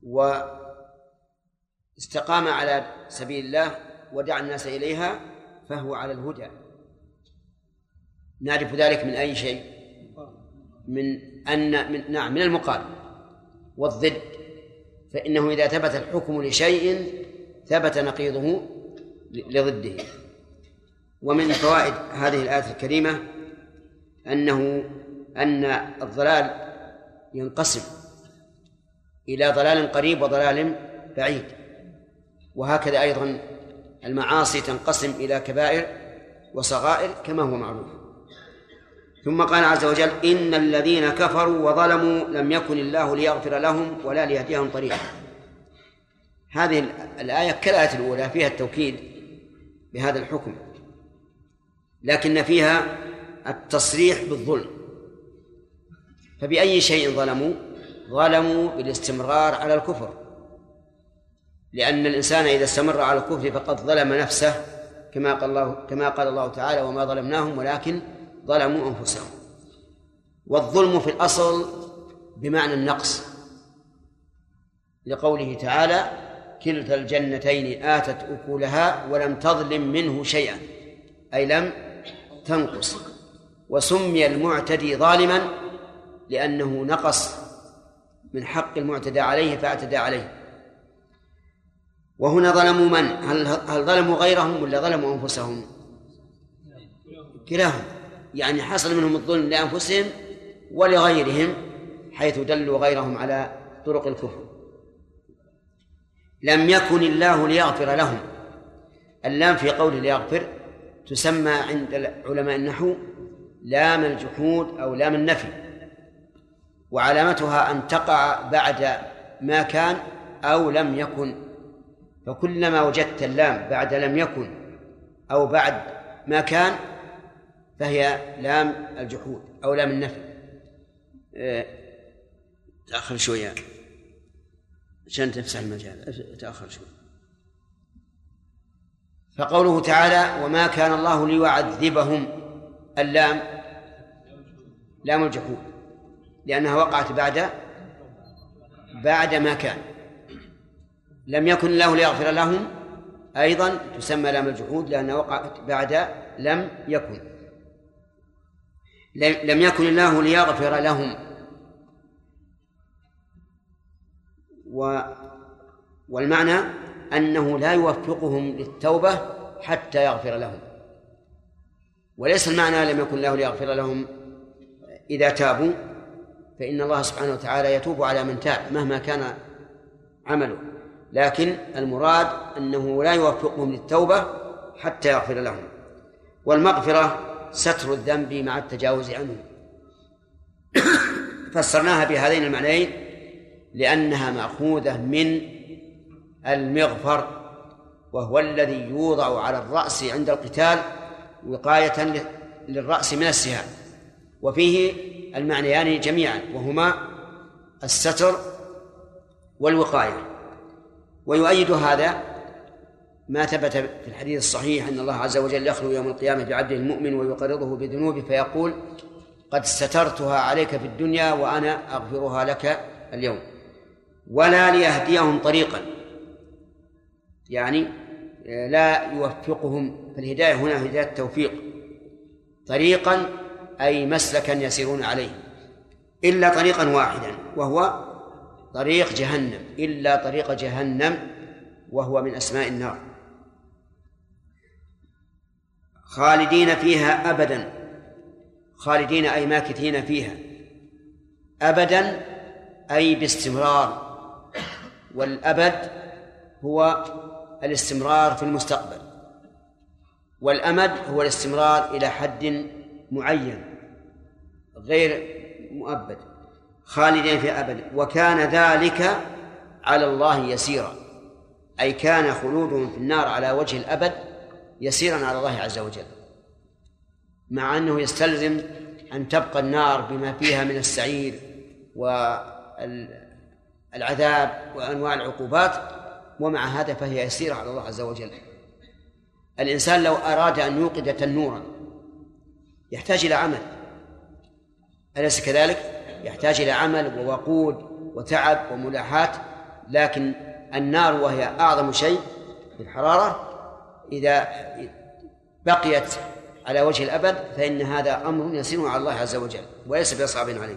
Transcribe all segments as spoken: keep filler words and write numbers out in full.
واستقام على سبيل الله ودعا الناس إليها فهو على الهدى. نعرف ذلك من أي شيء؟ من أن من نعم من المقابل والضد، فإنه إذا ثبت الحكم لشيء ثبت نقيضه لضده. ومن فوائد هذه الآية الكريمة أنه أن الضلال ينقسم إلى ضلال قريب وضلال بعيد، وهكذا أيضا المعاصي تنقسم إلى كبائر وصغائر كما هو معروف. ثم قال عز وجل: إن الذين كفروا وظلموا لم يكن الله ليغفر لهم ولا ليهديهم طريقا. هذه الآية كالآية الأولى فيها التوكيد بهذا الحكم، لكن فيها التصريح بالظلم. فبأي شيء ظلموا؟ ظلموا بالاستمرار على الكفر، لأن الإنسان إذا استمر على الكفر فقد ظلم نفسه، كما قال الله كما قال الله تعالى: وما ظلمناهم ولكن ظلموا أنفسهم. والظلم في الأصل بمعنى النقص، لقوله تعالى: كلتا الجنتين آتت أكلها ولم تظلم منه شيئا، أي لم تنقص. وسمي المعتدي ظالما لأنه نقص من حق المعتدى عليه فاعتدى عليه. وهنا ظلموا من؟ هل, هل ظلموا غيرهم ولا ظلموا أنفسهم؟ كلاهم، يعني حصل منهم الظلم لأنفسهم ولغيرهم، حيث دلوا غيرهم على طرق الكفر. لم يكن الله ليغفر لهم. اللام في قوله ليغفر تسمى عند علماء النحو لام الجحود أو لام النفي، وعلامتها أن تقع بعد ما كان أو لم يكن، فكلما وجدت اللام بعد لم يكن أو بعد ما كان فهي لام الجحود أو لام النفي. اه تأخر شوية عشان تفسح المجال، تأخر شوية. فقوله تعالى: وما كان الله ليعذبهم، اللام لام الجحود لأنها وقعت بعد بعد ما كان. لم يكن الله ليغفر لهم أيضا تسمى لام الجحود لأنها وقعت بعد لم يكن. لم يكن الله ليغفر لهم، والمعنى أنه لا يوفقهم للتوبة حتى يغفر لهم، وليس المعنى لم يكن الله ليغفر لهم إذا تابوا، فإن الله سبحانه وتعالى يتوب على من تاب مهما كان عمله، لكن المراد أنه لا يوفقهم للتوبة حتى يغفر لهم. والمغفرة ستر الذنب مع التجاوز عنه. فسرناها بهذين المعنيين لأنها مأخوذة من المغفر، وهو الذي يوضع على الرأس عند القتال وقاية للرأس من السهام، وفيه المعنيان جميعا وهما الستر والوقاية. ويؤيد هذا ما ثبت في الحديث الصحيح أن الله عز وجل يخلو يوم القيامة بعبده المؤمن ويقرضه بذنوبه فيقول: قد سترتها عليك في الدنيا وأنا أغفرها لك اليوم. ولا ليهديهم طريقا، يعني لا يوفقهم، فالهداية هنا هداية التوفيق، طريقا أي مسلكا يسيرون عليه، إلا طريقا واحدا وهو طريق جهنم، إلا طريق جهنم وهو من أسماء النار، خالدين فيها أبدا. خالدين أي ماكثين فيها، أبدا أي باستمرار، والأبد هو الاستمرار في المستقبل، والأمد هو الاستمرار إلى حد معين غير مؤبد. خالدين فيها أبدا، وكان ذلك على الله يسيرا، أي كان خلودهم في النار على وجه الأبد يسيرا على الله عز وجل، مع أنه يستلزم أن تبقى النار بما فيها من السعير والعذاب وأنواع العقوبات، ومع هذا فهي يسيرة على الله عز وجل. الإنسان لو أراد أن يوقد تنورا يحتاج إلى عمل، أليس كذلك؟ يحتاج إلى عمل ووقود وتعب وملاحات لكن النار وهي أعظم شيء في الحرارة إذا بقيت على وجه الأبد فإن هذا أمر يسير على الله عز وجل وليس بصعب عليه.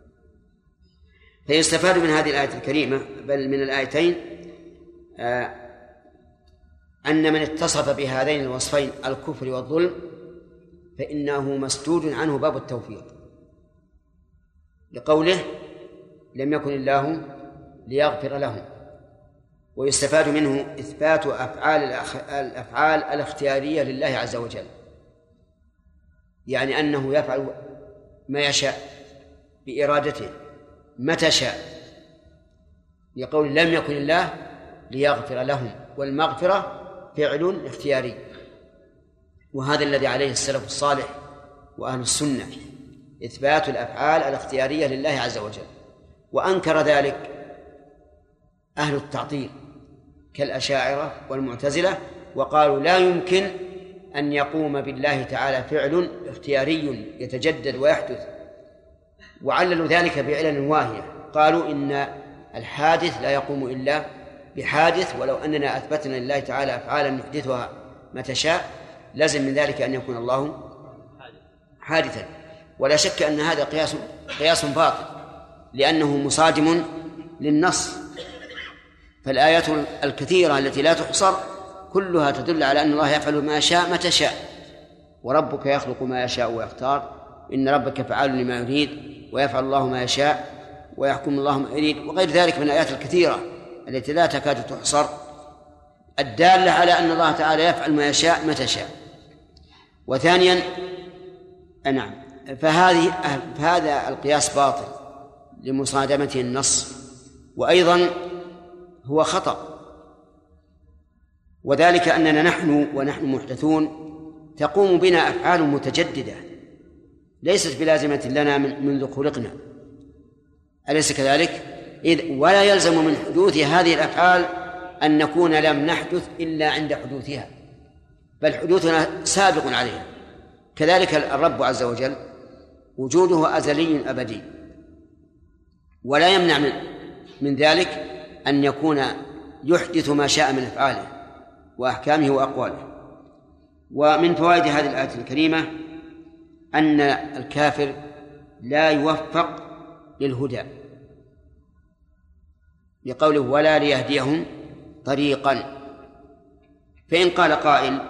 فيستفاد من هذه الآية الكريمة بل من الآيتين آه أن من اتصف بهذين الوصفين الكفر والظلم فإنه مسدود عنه باب التوفيق، لقوله لم يكن الله ليغفر لهم. ويستفاد منه إثبات أفعال الأفعال الاختيارية لله عز وجل، يعني أنه يفعل ما يشاء بإرادته متى شاء، يقول لم يكن الله ليغفر لهم، والمغفرة فعل اختياري، وهذا الذي عليه السلف الصالح وأهل السنة، إثبات الأفعال الاختيارية لله عز وجل. وأنكر ذلك أهل التعطيل كالأشاعرة والمعتزلة، وقالوا لا يمكن أن يقوم بالله تعالى فعل اختياري يتجدد ويحدث، وعللوا ذلك بعلل واهية. قالوا إن الحادث لا يقوم إلا بحادث، ولو أننا أثبتنا لله تعالى أفعالا يحدثها متى شاء لازم من ذلك أن يكون الله حادثا. ولا شك أن هذا قياس قياس باطل لأنه مصادم للنص، فالآيات الكثيرة التي لا تحصر كلها تدل على أن الله يفعل ما يشاء متى شاء، وربك يخلق ما يشاء ويختار، إن ربك فعال لما يريد، ويفعل الله ما يشاء ويحكم الله ما يريد، وغير ذلك من الآيات الكثيرة التي لا تكاد تحصر الدالة على أن الله تعالى يفعل ما يشاء متى شاء. وثانيا نعم فهذه فهذا القياس باطل لمصادمته النص، وأيضا هو خطأ، وذلك أننا نحن ونحن محدثون تقوم بنا أفعال متجددة ليست بلازمة لنا منذ خلقنا، أليس كذلك؟ إذ ولا يلزم من حدوث هذه الأفعال أن نكون لم نحدث إلا عند حدوثها، بل حدوثنا سابق عليها. كذلك الرب عز وجل وجوده أزلي أبدي، ولا يمنع من, من ذلك أن يكون يحدث ما شاء من أفعاله وأحكامه وأقواله. ومن فوائد هذه الآية الكريمة أن الكافر لا يوفق للهدى، لقوله ولا ليهديهم طريقا. فإن قال قائل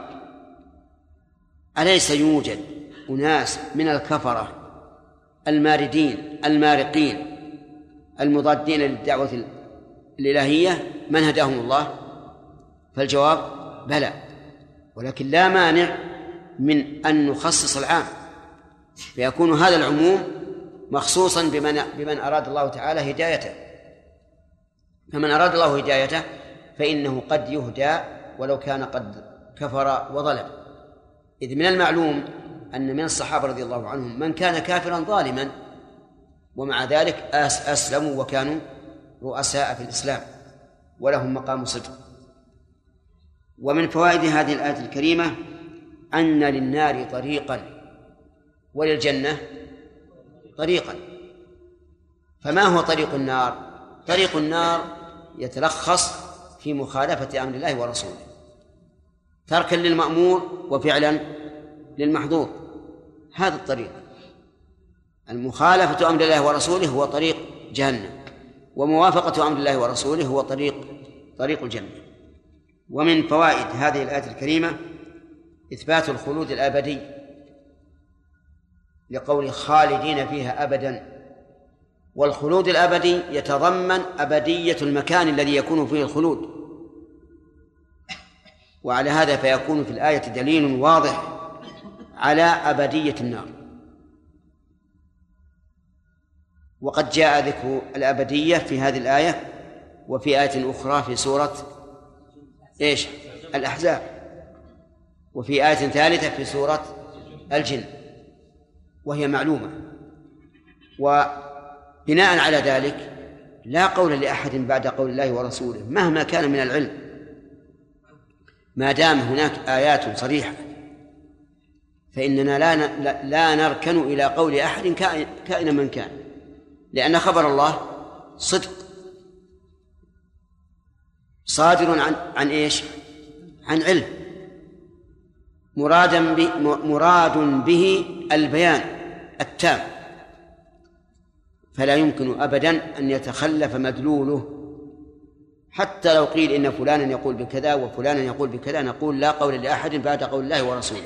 أليس يوجد أناس من الكفرة الماردين المارقين المضادين للدعوة الإلهية من هداهم الله؟ فالجواب بلى، ولكن لا مانع من أن نخصص العام، فيكون هذا العموم مخصوصا بمن, بمن أراد الله تعالى هدايته. فمن أراد الله هدايته فإنه قد يهدى ولو كان قد كفر وظلم، إذ من المعلوم أن من الصحابة رضي الله عنهم من كان كافرا ظالما ومع ذلك أسلموا وكانوا رؤساء في الإسلام ولهم مقام صدق. ومن فوائد هذه الآية الكريمة أن للنار طريقا وللجنة طريقا. فما هو طريق النار؟ طريق النار يتلخص في مخالفة أمر الله ورسوله، تركا للمأمور وفعلا للمحظور. هذا الطريق، المخالفة أمر الله ورسوله هو طريق جهنم، وموافقة أمر الله ورسوله هو طريق طريق الجنة. ومن فوائد هذه الآية الكريمة إثبات الخلود الأبدي، لقول خالدين فيها أبدا، والخلود الأبدي يتضمن أبدية المكان الذي يكون فيه الخلود، وعلى هذا فيكون في الآية دليل واضح على أبدية النار. وقد جاء ذكر الأبدية في هذه الآية وفي آية أخرى في سورة إيش؟ الأحزاب، وفي آية ثالثة في سورة الجن، وهي معلومة. وبناء على ذلك لا قول لأحد بعد قول الله ورسوله مهما كان من العلم، ما دام هناك آيات صريحة فإننا لا لا نركن إلى قول أحد كائنا من كان، لأن خبر الله صدق صادر عن عن إيش؟ عن علم، مرادا به مراد به البيان التام، فلا يمكن أبدا أن يتخلف مدلوله. حتى لو قيل إن فلانا يقول بكذا وفلانا يقول بكذا، نقول لا قول لأحد بعد قول الله ورسوله.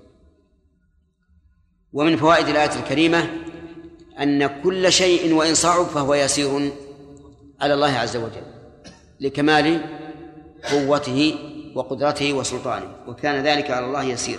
ومن فوائد الآية الكريمة أن كل شيء وإن صعب فهو يسير على الله عز وجل لكمال قوته وقدرته وسلطانه، وكان ذلك على الله يسيرا.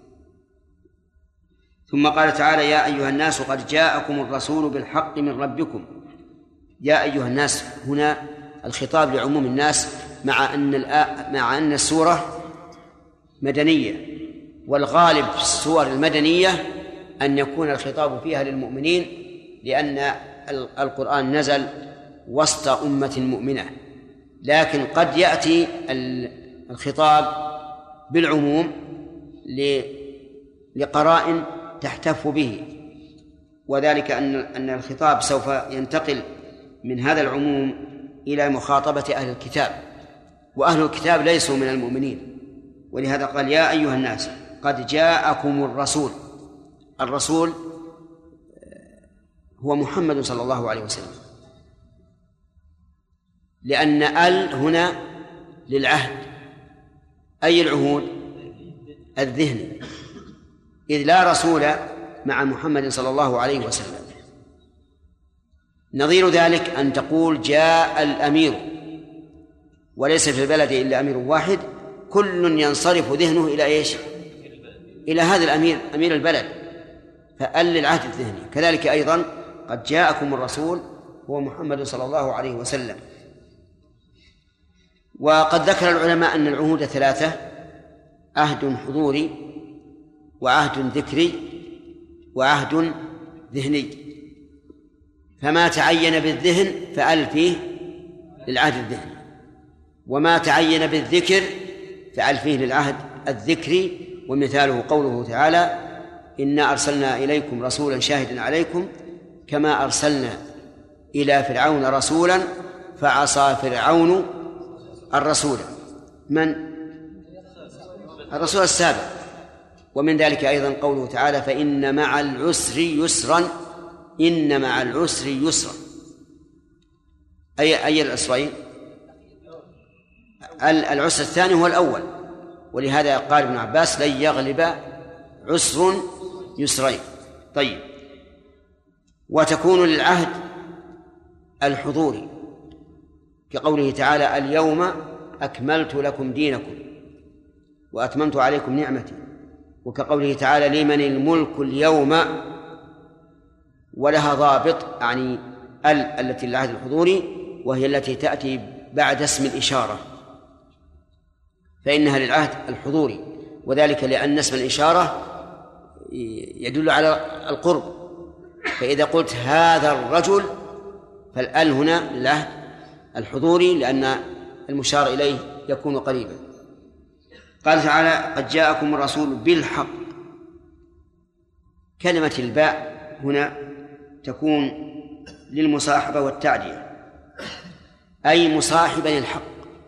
ثم قال تعالى: يا أيها الناس قد جاءكم الرسول بالحق من ربكم. يا أيها الناس هنا الخطاب لعموم الناس، مع أن مع أن السورة مدنية، والغالب في السور المدنية أن يكون الخطاب فيها للمؤمنين، لأن القرآن نزل وسط أمة مؤمنة. لكن قد يأتي الخطاب بالعموم لقرائن تحتف به، وذلك أن أن الخطاب سوف ينتقل من هذا العموم إلى مخاطبة أهل الكتاب، وأهل الكتاب ليسوا من المؤمنين، ولهذا قال: يا أيها الناس قد جاءكم الرسول. الرسول هو محمد صلى الله عليه وسلم، لأن ال هنا للعهد، أي العهود؟ الذهني، إذ لا رسول مع محمد صلى الله عليه وسلم. نظير ذلك أن تقول: جاء الأمير، وليس في البلد إلا أمير واحد، كل ينصرف ذهنه إلى إيش؟ إلى هذا الأمير، أمير البلد، فأل للعهد الذهني. كذلك أيضا قد جاءكم الرسول هو محمد صلى الله عليه وسلم. وقد ذكر العلماء أن العهود ثلاثة: عهد حضوري، وعهد ذكري، وعهد ذهني. فما تعين بالذهن فأل فيه للعهد الذهني، وما تعين بالذكر فأل فيه للعهد الذكري. ومثاله قوله تعالى: إنا أرسلنا إليكم رسولا شاهدا عليكم كما أرسلنا إلى فرعون رسولا فعصى فرعون الرسول. من؟ الرسول السابق. ومن ذلك أيضا قوله تعالى: فإن مع العسر يسرا، إن مع العسر يسرا. أي أي العسرين؟ العسر الثاني هو الأول، ولهذا قال ابن عباس: لن يغلب عسر يسرين. طيب، وتكون للعهد الحضوري كقوله تعالى: اليوم أكملت لكم دينكم وأتممت عليكم نعمتي، وكقوله تعالى: لمن الملك اليوم، ولها ضابط، يعني ال التي للعهد الحضوري، وهي التي تأتي بعد اسم الإشارة، فإنها للعهد الحضوري، وذلك لأن اسم الإشارة يدل على القرب. فإذا قلت هذا الرجل فالآل هنا للعهد الحضوري، لأن المشار إليه يكون قريبا. قال تعالى: قد جاءكم الرسول بالحق. كلمة الباء هنا تكون للمصاحبة والتعدية، أي مصاحبا للحق،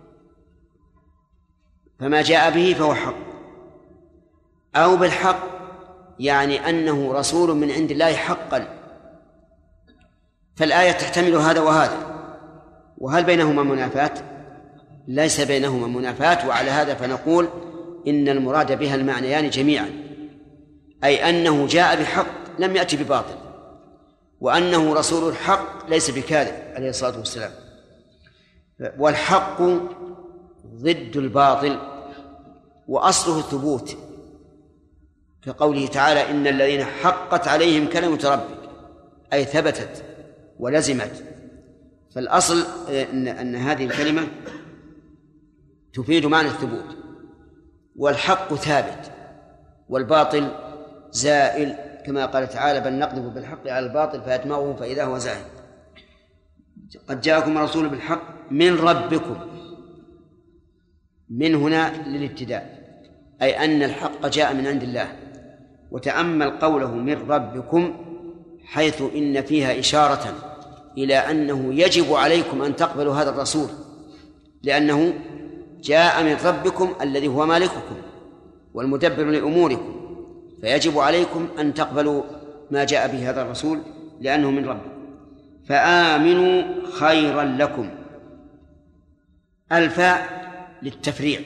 فما جاء به فهو حق، أو بالحق يعني أنه رسول من عند الله حقا. فالآية تحتمل هذا وهذا، وهل بينهما منافاة؟ ليس بينهما منافاة، وعلى هذا فنقول إن المراد بها المعنيان جميعا، أي أنه جاء بحق لم يأتي بباطل، وأنه رسول الحق ليس بكاذب عليه الصلاة والسلام. والحق ضد الباطل، وأصله الثبوت، كقوله تعالى: إن الذين حقت عليهم كلمة ربك، أي ثبتت ولزمت. فالأصل إن, أن هذه الكلمة تفيد معنى الثبوت، والحق ثابت والباطل زائل، كما قال تعالى: بل نقذف بالحق على الباطل فيدمغه فإذا هو زائل. قد جاءكم رسول بالحق من ربكم، من هنا للابتداء، أي أن الحق جاء من عند الله. وتأمل قوله من ربكم، حيث إن فيها إشارة إلى أنه يجب عليكم أن تقبلوا هذا الرسول، لأنه جاء من ربكم الذي هو مالككم والمدبر لأموركم، فيجب عليكم أن تقبلوا ما جاء به هذا الرسول لأنه من ربكم. فآمنوا خيرا لكم. الفاء للتفريع،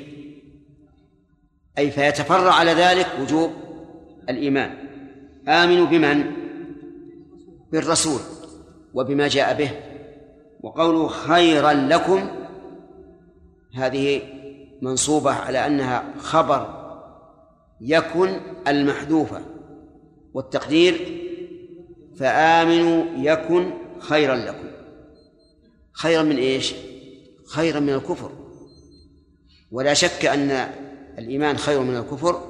أي فيتفرع على ذلك وجوب الإيمان. آمنوا بمن؟ بالرسول وبما جاء به. وقولوا خيرا لكم هذه منصوبة على أنها خبر يكن المحذوفة، والتقدير فآمنوا يكن خيرا لكم. خيرا من إيش؟ خيرا من الكفر، ولا شك أن الإيمان خير من الكفر،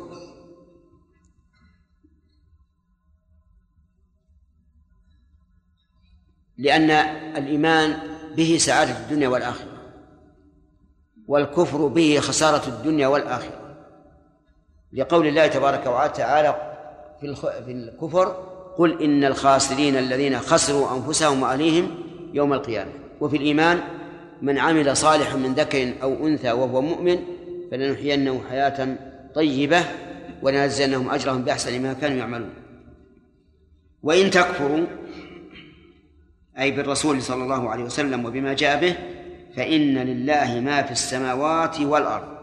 لأن الإيمان به سعادة الدنيا والآخرة، والكفر به خسارة الدنيا والآخرة، لقول الله تبارك وتعالى في الكفر: قل إن الخاسرين الذين خسروا أنفسهم وأهليهم يوم القيامة. وفي الإيمان: من عمل صالحا من ذكر أو أنثى وهو مؤمن فلنحيينه حياة طيبة ولنجزينهم أجرهم بأحسن ما كانوا يعملون. وإن تكفروا، أي بالرسول صلى الله عليه وسلم وبما جاء به، فإن لله ما في السماوات والأرض،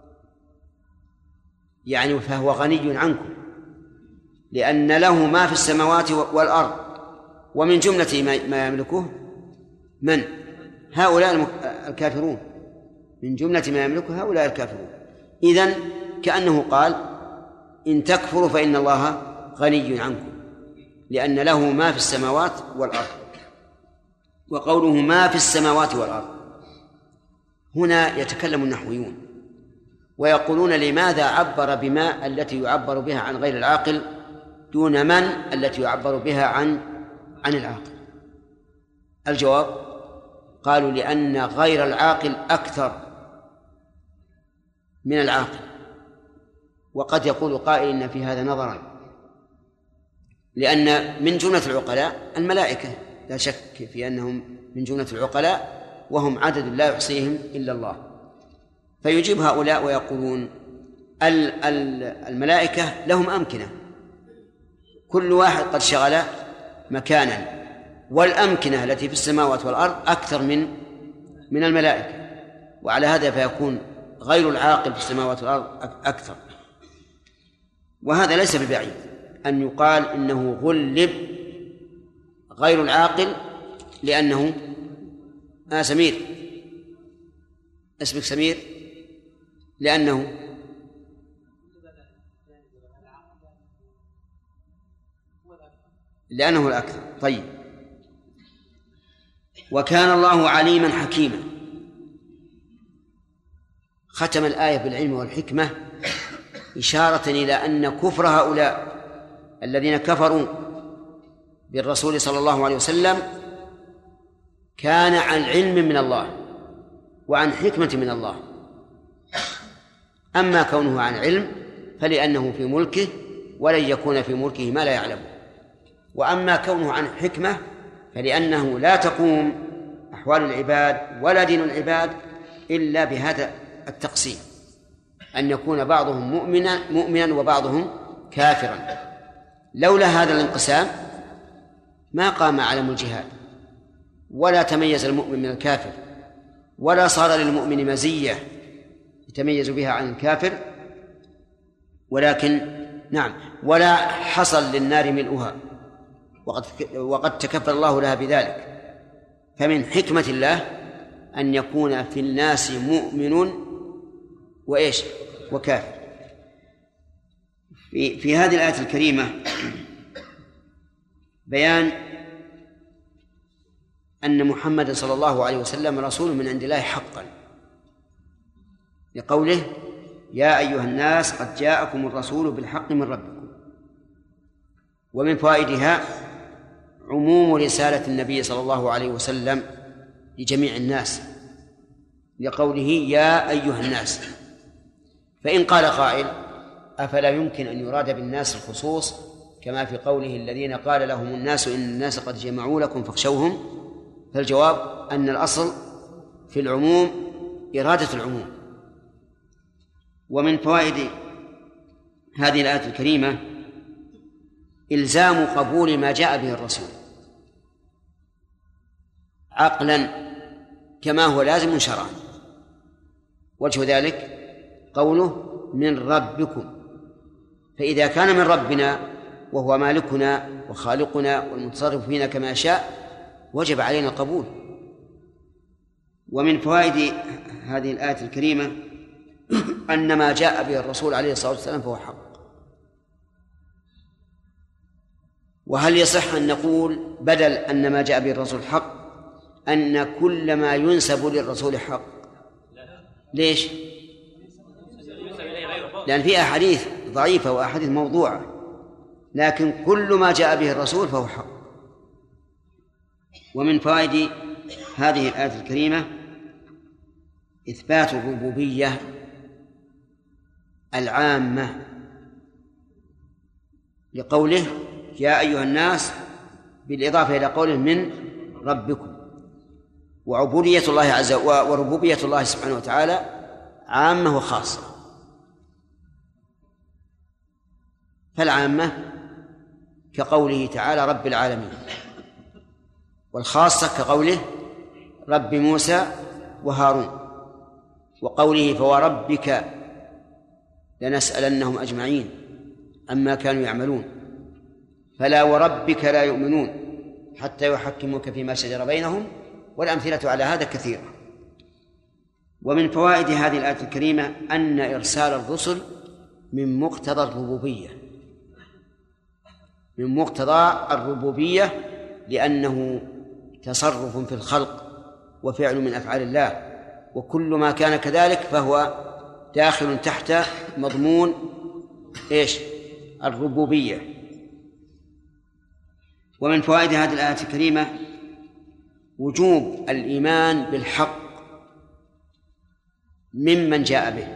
يعني فهو غني عنكم، لأن له ما في السماوات والأرض. ومن جملة ما يملكه من؟ هؤلاء الكافرون، من جملة ما يملكه هؤلاء الكافرون. إذن كأنه قال: إن تكفروا فإن الله غني عنكم، لأن له ما في السماوات والأرض. وقوله ما في السماوات والأرض هنا يتكلم النحويون ويقولون: لماذا عبر بما التي يعبر بها عن غير العاقل دون من التي يعبر بها عن عن العاقل؟ الجواب: قالوا لأن غير العاقل أكثر من العاقل. وقد يقول قائل إن في هذا نظرا، لأن من جملة العقلاء الملائكة، لا شك في أنهم من جملة العقلاء، وهم عدد لا يحصيهم إلا الله. فيجيب هؤلاء ويقولون: الملائكة لهم أمكنة، كل واحد قد شغل مكانا، والأمكنة التي في السماوات والأرض أكثر من من الملائكة، وعلى هذا فيكون غير العاقل في السماوات والأرض أكثر. وهذا ليس ببعيد أن يقال إنه غلب غير العاقل، لأنه آه سمير اسمك سمير لأنه لأنه الأكثر. طيب. وكان الله عليما حكيما. ختم الآية بالعلم والحكمة إشارة إلى أن كفر هؤلاء الذين كفروا بالرسول صلى الله عليه وسلم كان عن علم من الله وعن حكمة من الله. أما كونه عن علم فلأنه في ملكه ولن يكون في ملكه ما لا يعلم، وأما كونه عن حكمة فلأنه لا تقوم أحوال العباد ولا دين العباد إلا بهذا التقسيم، أن يكون بعضهم مؤمنا مؤمنا وبعضهم كافرا. لولا هذا الانقسام ما قام علم الجهاد، ولا تميز المؤمن من الكافر، ولا صار للمؤمن مزية يتميز بها عن الكافر، ولكن نعم ولا حصل للنار ملؤها، وقد وقد تكفل الله لها بذلك. فمن حكمة الله أن يكون في الناس مؤمن وإيش وكافر. في في هذه الآية الكريمة بيان أن محمد صلى الله عليه وسلم رسول من عند الله حقا، لقوله: يا أيها الناس قد جاءكم الرسول بالحق من ربكم. ومن فوائدها عموم رسالة النبي صلى الله عليه وسلم لجميع الناس، لقوله: يا أيها الناس. فإن قال قائل: أفلا يمكن أن يراد بالناس الخصوص كما في قوله: الذين قال لهم الناس إن الناس قد جمعوا لكم فاخشوهم؟ فالجواب أن الأصل في العموم إرادة العموم، ومن فوائد هذه الآية الكريمة إلزام قبول ما جاء به الرسول عقلا كما هو لازم شرعا. وجه ذلك قوله من ربكم، فإذا كان من ربنا وهو مالكنا وخالقنا والمتصرف فينا كما شاء وجب علينا القبول. ومن فوائد هذه الآية الكريمة أن ما جاء به الرسول عليه الصلاة والسلام فهو حق. وهل يصح أن نقول بدل أن ما جاء به الرسول حق أن كل ما ينسب للرسول حق؟ ليش؟ لأن في أحاديث ضعيفة وأحاديث موضوعة، لكن كل ما جاء به الرسول فهو حق. ومن فوائد هذه الآية الكريمة إثبات الربوبية العامة لقوله يا أيها الناس، بالإضافة إلى قوله من ربكم. وعبودية الله عز وجل وربوبية الله سبحانه وتعالى عامة وخاصة. فالعامة كقوله تعالى رب العالمين، والخاصة كقوله رب موسى وهارون، وقوله فوربك لنسألنهم أجمعين عما كانوا يعملون، فلا وربك لا يؤمنون حتى يحكموك فيما شجر بينهم، والأمثلة على هذا كثيرة. ومن فوائد هذه الآية الكريمة أن إرسال الرسل من مقتضى الربوبية، من مقتضى الربوبية لأنه تصرف في الخلق وفعل من أفعال الله، وكل ما كان كذلك فهو داخل تحت مضمون إيش؟ الربوبية. ومن فوائد هذه الآية الكريمة وجوب الإيمان بالحق ممن جاء به،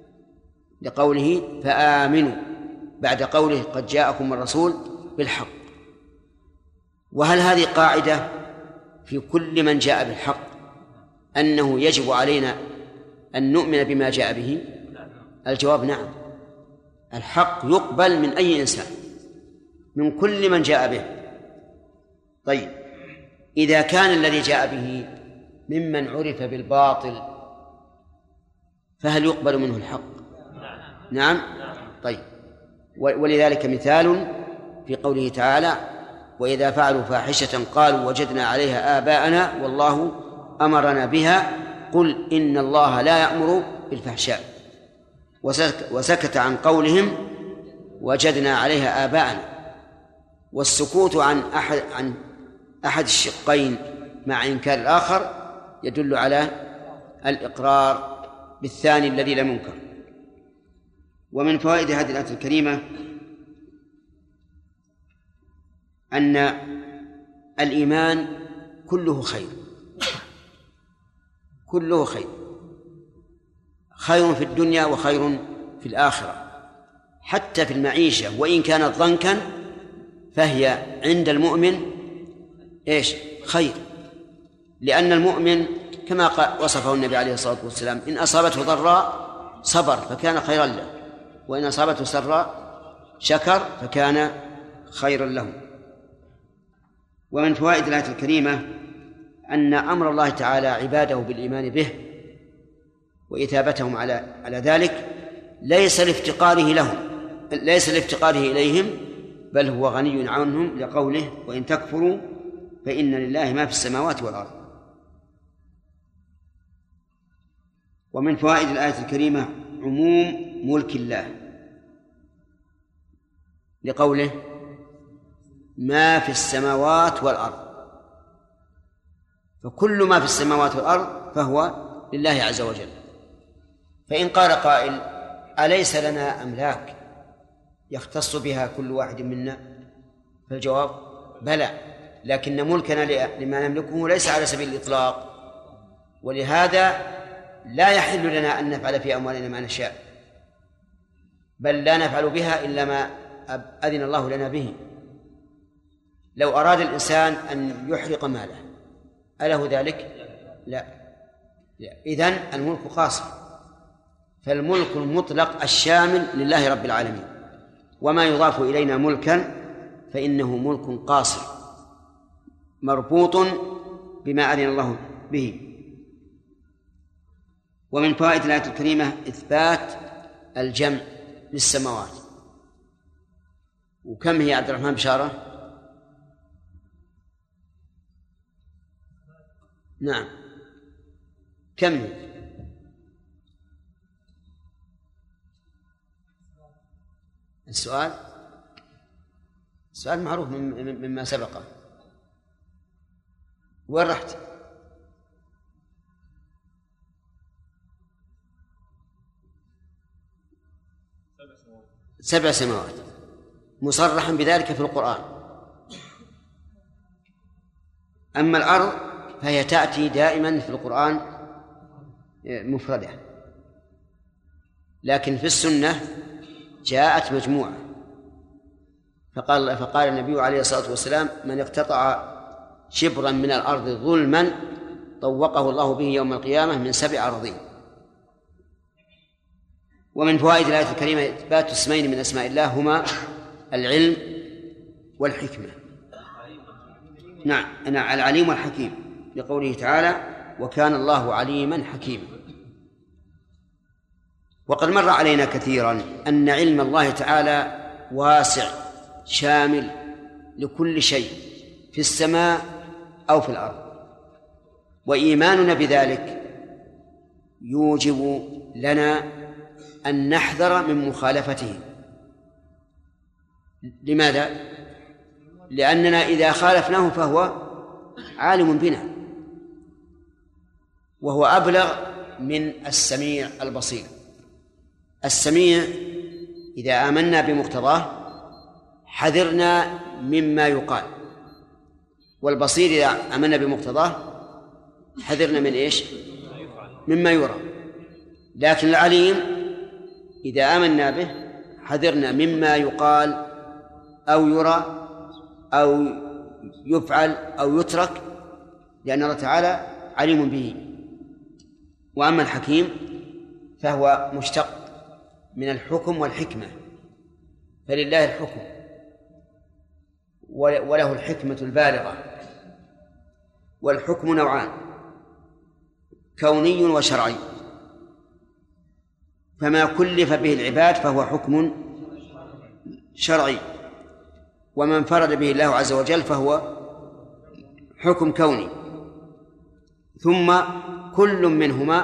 لقوله فآمنوا بعد قوله قد جاءكم الرسول بالحق. وهل هذه قاعدة في كل من جاء بالحق أنه يجب علينا أن نؤمن بما جاء به؟ الجواب نعم، الحق يقبل من أي إنسان، من كل من جاء به. طيب، إذا كان الذي جاء به ممن عرف بالباطل فهل يقبل منه الحق؟ نعم. طيب، ولذلك مثال في قوله تعالى وإذا فعلوا فاحشة قالوا وجدنا عليها آباءنا والله أمرنا بها قل إن الله لا يأمر بالفحشاء، وسكت عن قولهم وجدنا عليها آباءنا. والسكوت عن أحد عن أحد الشقين مع إنكار الآخر يدل على الإقرار بالثاني الذي لم ينكر. ومن فوائد هذه الآية الكريمة أن الإيمان كله خير، كله خير، خير في الدنيا وخير في الآخرة. حتى في المعيشة وإن كانت ضنكا فهي عند المؤمن إيش؟ خير، لأن المؤمن كما وصفه النبي عليه الصلاة والسلام إن أصابته ضراء صبر فكان خيرا له، وإن أصابته سراء شكر فكان خيرا له. ومن فوائد الآية الكريمة أن أمر الله تعالى عباده بالإيمان به وإثابتهم على على ذلك ليس لافتقاره لهم، ليس لافتقاره إليهم، بل هو غني عنهم، لقوله وإن تكفروا فإن لله ما في السماوات والأرض. ومن فوائد الآية الكريمة عموم ملك الله، لقوله ما في السماوات والأرض، فكل ما في السماوات والأرض فهو لله عز وجل. فإن قال قائل أليس لنا أملاك يختص بها كل واحد منا؟ فالجواب بلى، لكن ملكنا لما نملكه ليس على سبيل الإطلاق، ولهذا لا يحل لنا أن نفعل في أموالنا ما نشاء، بل لا نفعل بها إلا ما أذن الله لنا به. لو أراد الإنسان أن يحرق ماله أله ذلك؟ لا. إذن الملك قاصر، فالملك المطلق الشامل لله رب العالمين، وما يضاف إلينا ملكا فإنه ملك قاصر مربوط بما أذن الله به. ومن فوائد الآية الكريمة إثبات الجمع للسماوات. وكم هي عبد الرحمن بشارة؟ نعم، كم هي؟ السؤال السؤال معروف مما سبقه. وين رحت؟ سبع سماوات مصرحا بذلك في القرآن. أما الأرض فهي تأتي دائما في القرآن مفردة، لكن في السنة جاءت مجموعة. فقال فقال النبي عليه الصلاة والسلام: من اقتطع شبرا من الأرض ظلما طوقه الله به يوم القيامة من سبع أراضين. ومن فوائد الآية الكريمة إثبات اسمين من أسماء الله هما العلم والحكمة. نعم، أنا العليم والحكيم، لقوله تعالى: وكان الله عليما حكيما. وقد مر علينا كثيرا أن علم الله تعالى واسع شامل لكل شيء في السماء أو في الأرض، وإيماننا بذلك يوجب لنا أن نحذر من مخالفته. لماذا؟ لأننا إذا خالفناه فهو عالم بنا، وهو أبلغ من السميع البصير. السميع إذا آمنا بمقتضاه حذرنا مما يقال، والبصير إذا آمنا بمقتضاه حذرنا من إيش؟ مما يرى. لكن العليم إذا آمنا به حذرنا مما يقال أو يرى أو يفعل أو يترك، لأن الله تعالى عليم به. وأما الحكيم فهو مشتق من الحكم والحكمة، فلله الحكم وله الحكمة البالغة. والحكم نوعان: كوني وشرعي. فما كلف به العباد فهو حكم شرعي، وما انفرد به الله عز وجل فهو حكم كوني. ثم كل منهما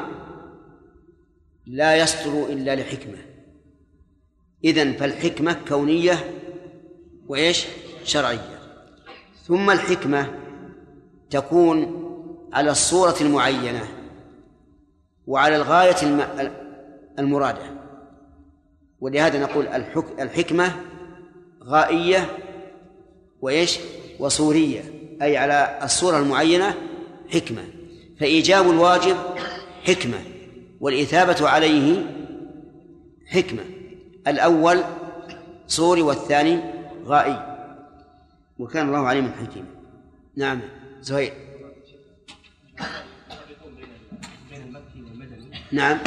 لا يصدر إلا لحكمة. إذن فالحكمة كونية وإيش؟ شرعية. ثم الحكمة تكون على الصورة المعينة وعلى الغاية المرادة، ولهذا نقول الحكمة غائية وإيش؟ وصورية، أي على الصورة المعينة حكمة. فإيجاب الواجب حكمة، والإثابة عليه حكمة. الأول صوري والثاني غائي، وكان الله عليما حكيما. نعم زهير. نعم.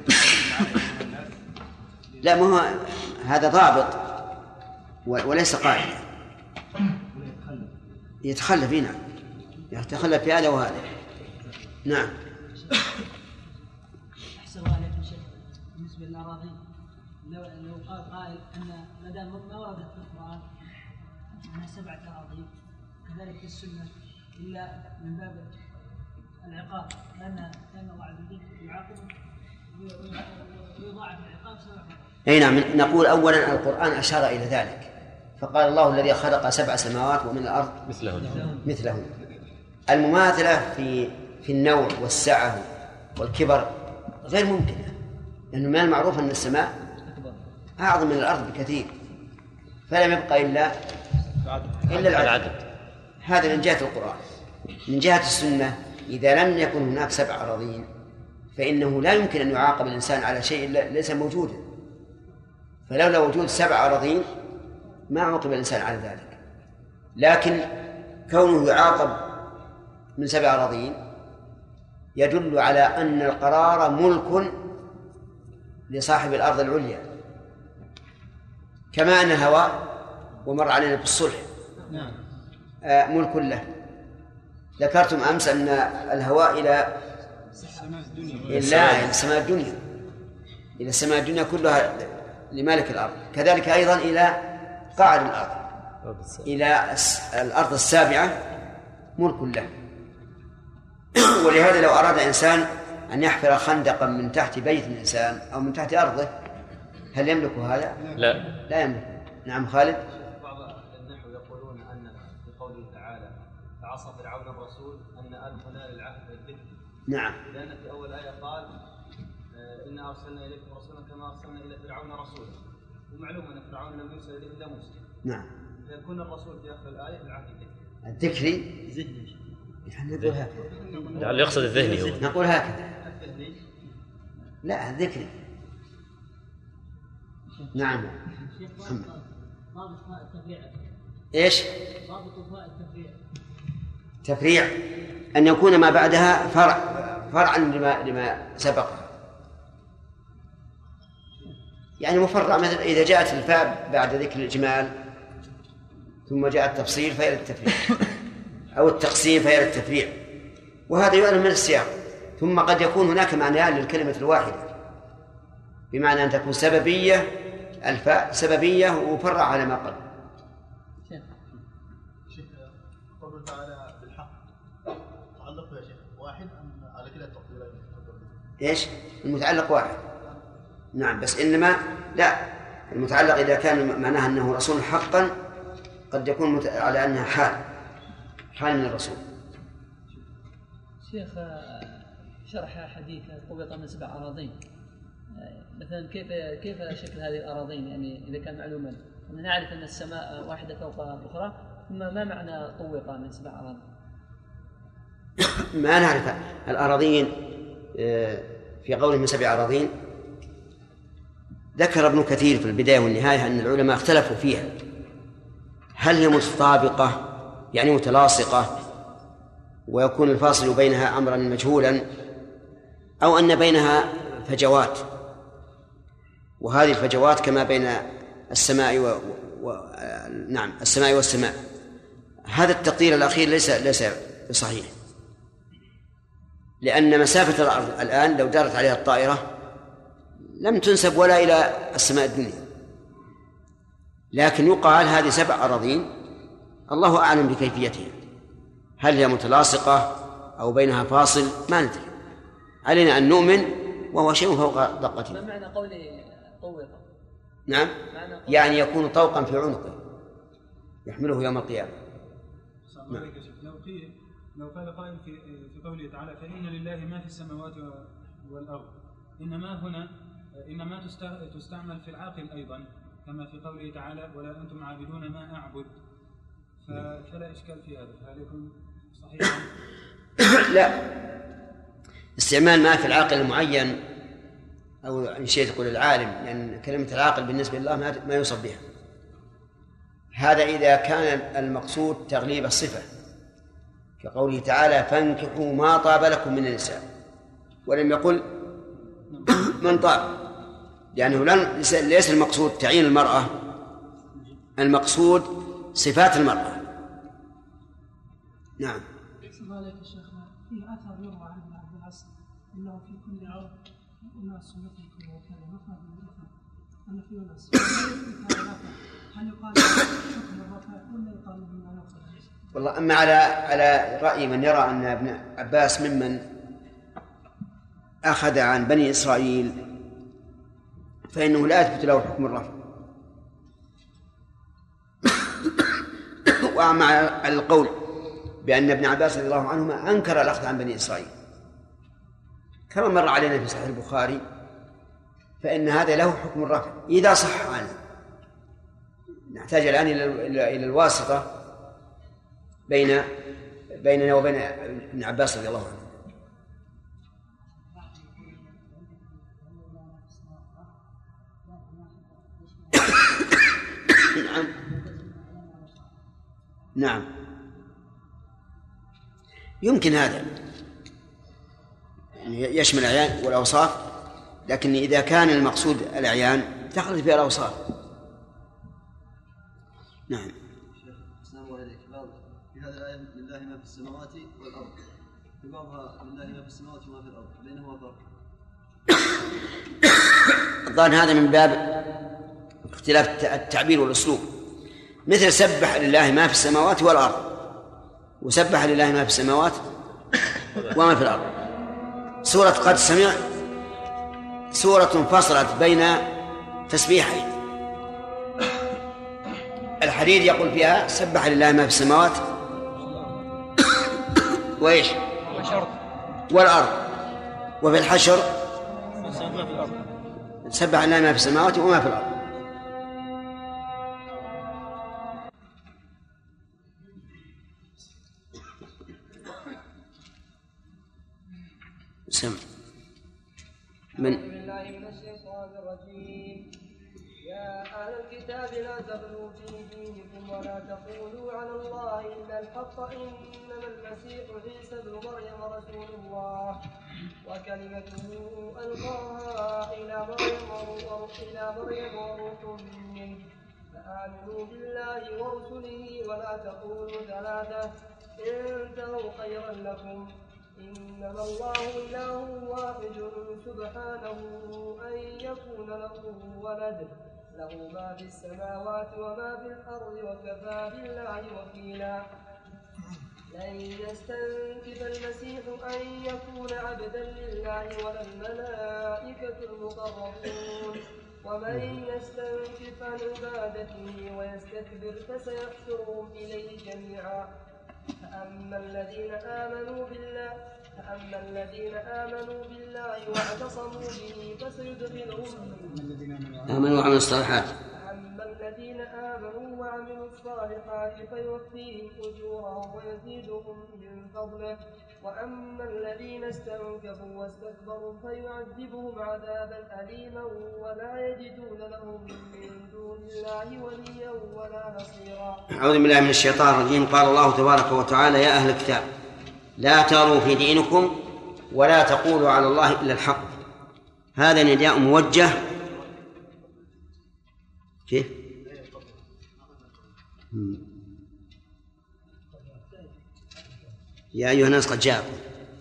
لا، ما هو هذا ضابط وليس قاعدة. يتخلف هنا، يتخلف في هذا وهذا. نعم. أحسن الله عليكم شيخ. بالنسبة للأراضي، لو لو قال قائل أن ما دام ما وردت في القرآن أنها سبعة أراضي، كذلك في السنة، إلا من باب العقاب، لأن كان الله عز وجل يعاقب ويضاعف العقاب سبع. أي نعم. نقول أولا القرآن أشار إلى ذلك، فقال الله الذي خلق سبع سماوات ومن الأرض مثلهن مثلهن. المماثلة في في النوع والسعة والكبر غير ممكنة، لأنه من المعروف أن السماء أعظم من الأرض بكثير، فلم يبقى إلا إلا العدد. هذا من جهة القرآن. من جهة السنة إذا لم يكن هناك سبع أراضين فإنه لا يمكن أن يعاقب الإنسان على شيء ليس موجودا، فلولا وجود سبع أراضين ما عوقب الإنسان على ذلك. لكن كونه يعاقب من سبع أراضين يدل على أن القرار ملك لصاحب الأرض العليا، كما أن الهواء ومر علينا بالصلح آه ملك له. ذكرتم أمس أن الهواء إلى إلى السماء الدنيا، إلى السماء الدنيا كلها لمالك الأرض، كذلك أيضا إلى قاعد الأرض، إلى الأرض السابعة ملك له. ولهذا لو أراد إنسان أن يحفر خندقا من تحت بيت الإنسان أو من تحت أرضه هل يملك هذا؟ لا لا يملك. نعم خالد. بعض النحو يقولون أن في قوله تعالى فعصى فرعون الرسول أن ألف هنا للعهد الذكر. نعم. لأن في أول آية قال إنا أرسلنا إليكم رسولا كما أرسلنا إلى فرعون رسولا، ومعلوم أن فرعون لم يرسل إليه إلا موسى. نعم. فيكون الرسول في آخر الآية بالعهد الذكري. الذكري ذهني. نقول هكذا. لعل يقصد الذهني هو. نقول هكذا. لا الذكري. نعم. ضابط التفريع. إيش؟ ضابط التفريع. تفريع أن يكون ما بعدها فرع فرعا لما لما سبقه، يعني مفرع. مثلا إذا جاءت الفاء بعد ذكر الإجمال ثم جاء التفصيل فهي للتفريع، أو التقسيم فهي للتفريع، وهذا يعلم من السياق. ثم قد يكون هناك معنيان للكلمة الواحدة، بمعنى أن تكون سببية، الفاء سببية وفرع على ما قبل. شيخ قوله تعالى بالحق تعلق يا شيخ واحد أم على كلا التقديرين؟ إيش؟ المتعلق واحد. نعم، بس إنما لا، المتعلق إذا كان معناها أنه رسول حقا قد يكون مت... على أنها حال حال من الرسول. شيخ شرح حديث قبض من سبع أراضين، مثلا كيف كيف شكل هذه الأراضين؟ يعني إذا كان معلوما نعرف أن السماء واحدة فوق الأخرى، ثم ما معنى طوق من سبع أراضين؟ ما نعرف الأراضين في قوله من سبع أراضين. ذكر ابن كثير في البداية والنهاية أن العلماء اختلفوا فيها، هل هي متطابقة يعني متلاصقة ويكون الفاصل بينها أمرا مجهولا، أو أن بينها فجوات، وهذه الفجوات كما بين السماء و... و... نعم السماء والسماء. هذا التقدير الأخير ليس ليس صحيح، لأن مسافة الأرض الآن لو دارت عليها الطائرة لم تنسب ولا إلى السماء الدنيا، لكن يقال هذه سبع أراضين الله أعلم بكيفيتها، هل هي متلاصقة أو بينها فاصل ما ندري، علينا أن نؤمن وهو شيء فوق دقتنا. ما معنى قولي طوق؟ نعم، يعني يكون طوقا في عنقه يحمله يوم القيامة. نعم. لو قيل لو قال قائل في في قوله تعالى فإن لله ما في السماوات والأرض، إنما هنا إنما تستعمل في العاقل أيضا كما في قوله تعالى ولا أنتم عابدون ما أعبد، فلا إشكال في هذا، فهل يكون صحيحا؟ لا، استعمال ما في العاقل المعين أو إن شئت تقول العالم، لأن يعني كلمة العاقل بالنسبة لله ما يوصف بها، هذا إذا كان المقصود تغليب الصفة كقوله تعالى فانكحوا ما طاب لكم من النساء، ولم يقل من طاب، لأنه ليس المقصود تعيين المرأة، المقصود صفات المرأة. نعم. عليك يا شيخ، في أثر يروى عن ابن عباس أنه في كل عرض أناس يطلقون وكذا نفر من الرفع، أن في أناس هل يقال حكم الرفع ولا يقال من الرفع؟ والله أما على على رأي من يرى أن ابن عباس ممن أخذ عن بني إسرائيل فإنه لا يثبت له حكم الرفع. ومع القول بأن ابن عباس رضي الله عنهما أنكر الأخذ عن بني إسرائيل كما مر علينا في صحيح البخاري، فإن هذا له حكم الرفع إذا صح عنه. نحتاج الآن إلى الواسطة بين بيننا وبين ابن عباس رضي الله عنه. نعم نعم يمكن هذا يعني يشمل الأعيان والأوصاف، لكن إذا كان المقصود الأعيان تخرج فيها الأوصاف. نعم. السلام عليكم. في هذه الآية لله ما في السماوات والأرض، في بعضها لله ما في السماوات وما في الأرض، بينهما فرق. الظاهر هذا من باب اختلاف التعبير والأسلوب، مثل سبح لله ما في السماوات والأرض، وسبح لله ما في السماوات وما في الأرض. سورة قد سمع سورة فصلت بين تسبيحين. الحديد يقول فيها سبح لله ما في السماوات وإيش والأرض، وفي الحشر سبح لله ما في السماوات وما في الأرض. سمع من بالله من الشيطان الرجيم. يا أهل الكتاب لا تغلوا في دينكم ولا تقولوا على الله إلا الحق، إنما المسيح عيسى ابن مريم رسول الله وكلمته ألقاها إلى مريم إلى مريم وروح منه، فآمنوا بالله ورسله ولا تقولوا ثلاثة انتهوا خيرا لكم، إنما الله إله واحد سبحانه أن يكون له ولد، له ما في السماوات وما في الأرض وكفى بالله وكيلا. لن يستنكف المسيح أن يكون عبدا لله ولا الملائكة المقربون، ومن يستنكف عن عبادته ويستكبر فسيحشرهم إليه جميعا. فأما الذين آمنوا بالله فأما الذين آمنوا بالله واعتصموا به فسيدخلهم آمنوا وعملوا الصالحات فأما الذين آمنوا وعملوا الصالحات فيوفيهم أجورهم ويزيدهم من فضله، وأما الذين استنكفوا واستكبروا فيعذبهم عذابا أليما ولا يجدون لهم من دون الله وليا ولا نصيرا. أعوذ بالله من الشيطان الرجيم. قال الله تبارك وتعالى: يا أهل الكتاب لا تغلوا في دينكم ولا تقولوا على الله إلا الحق. هذا نداء موجه كيف؟ يا أيها الناس قد جاءكم.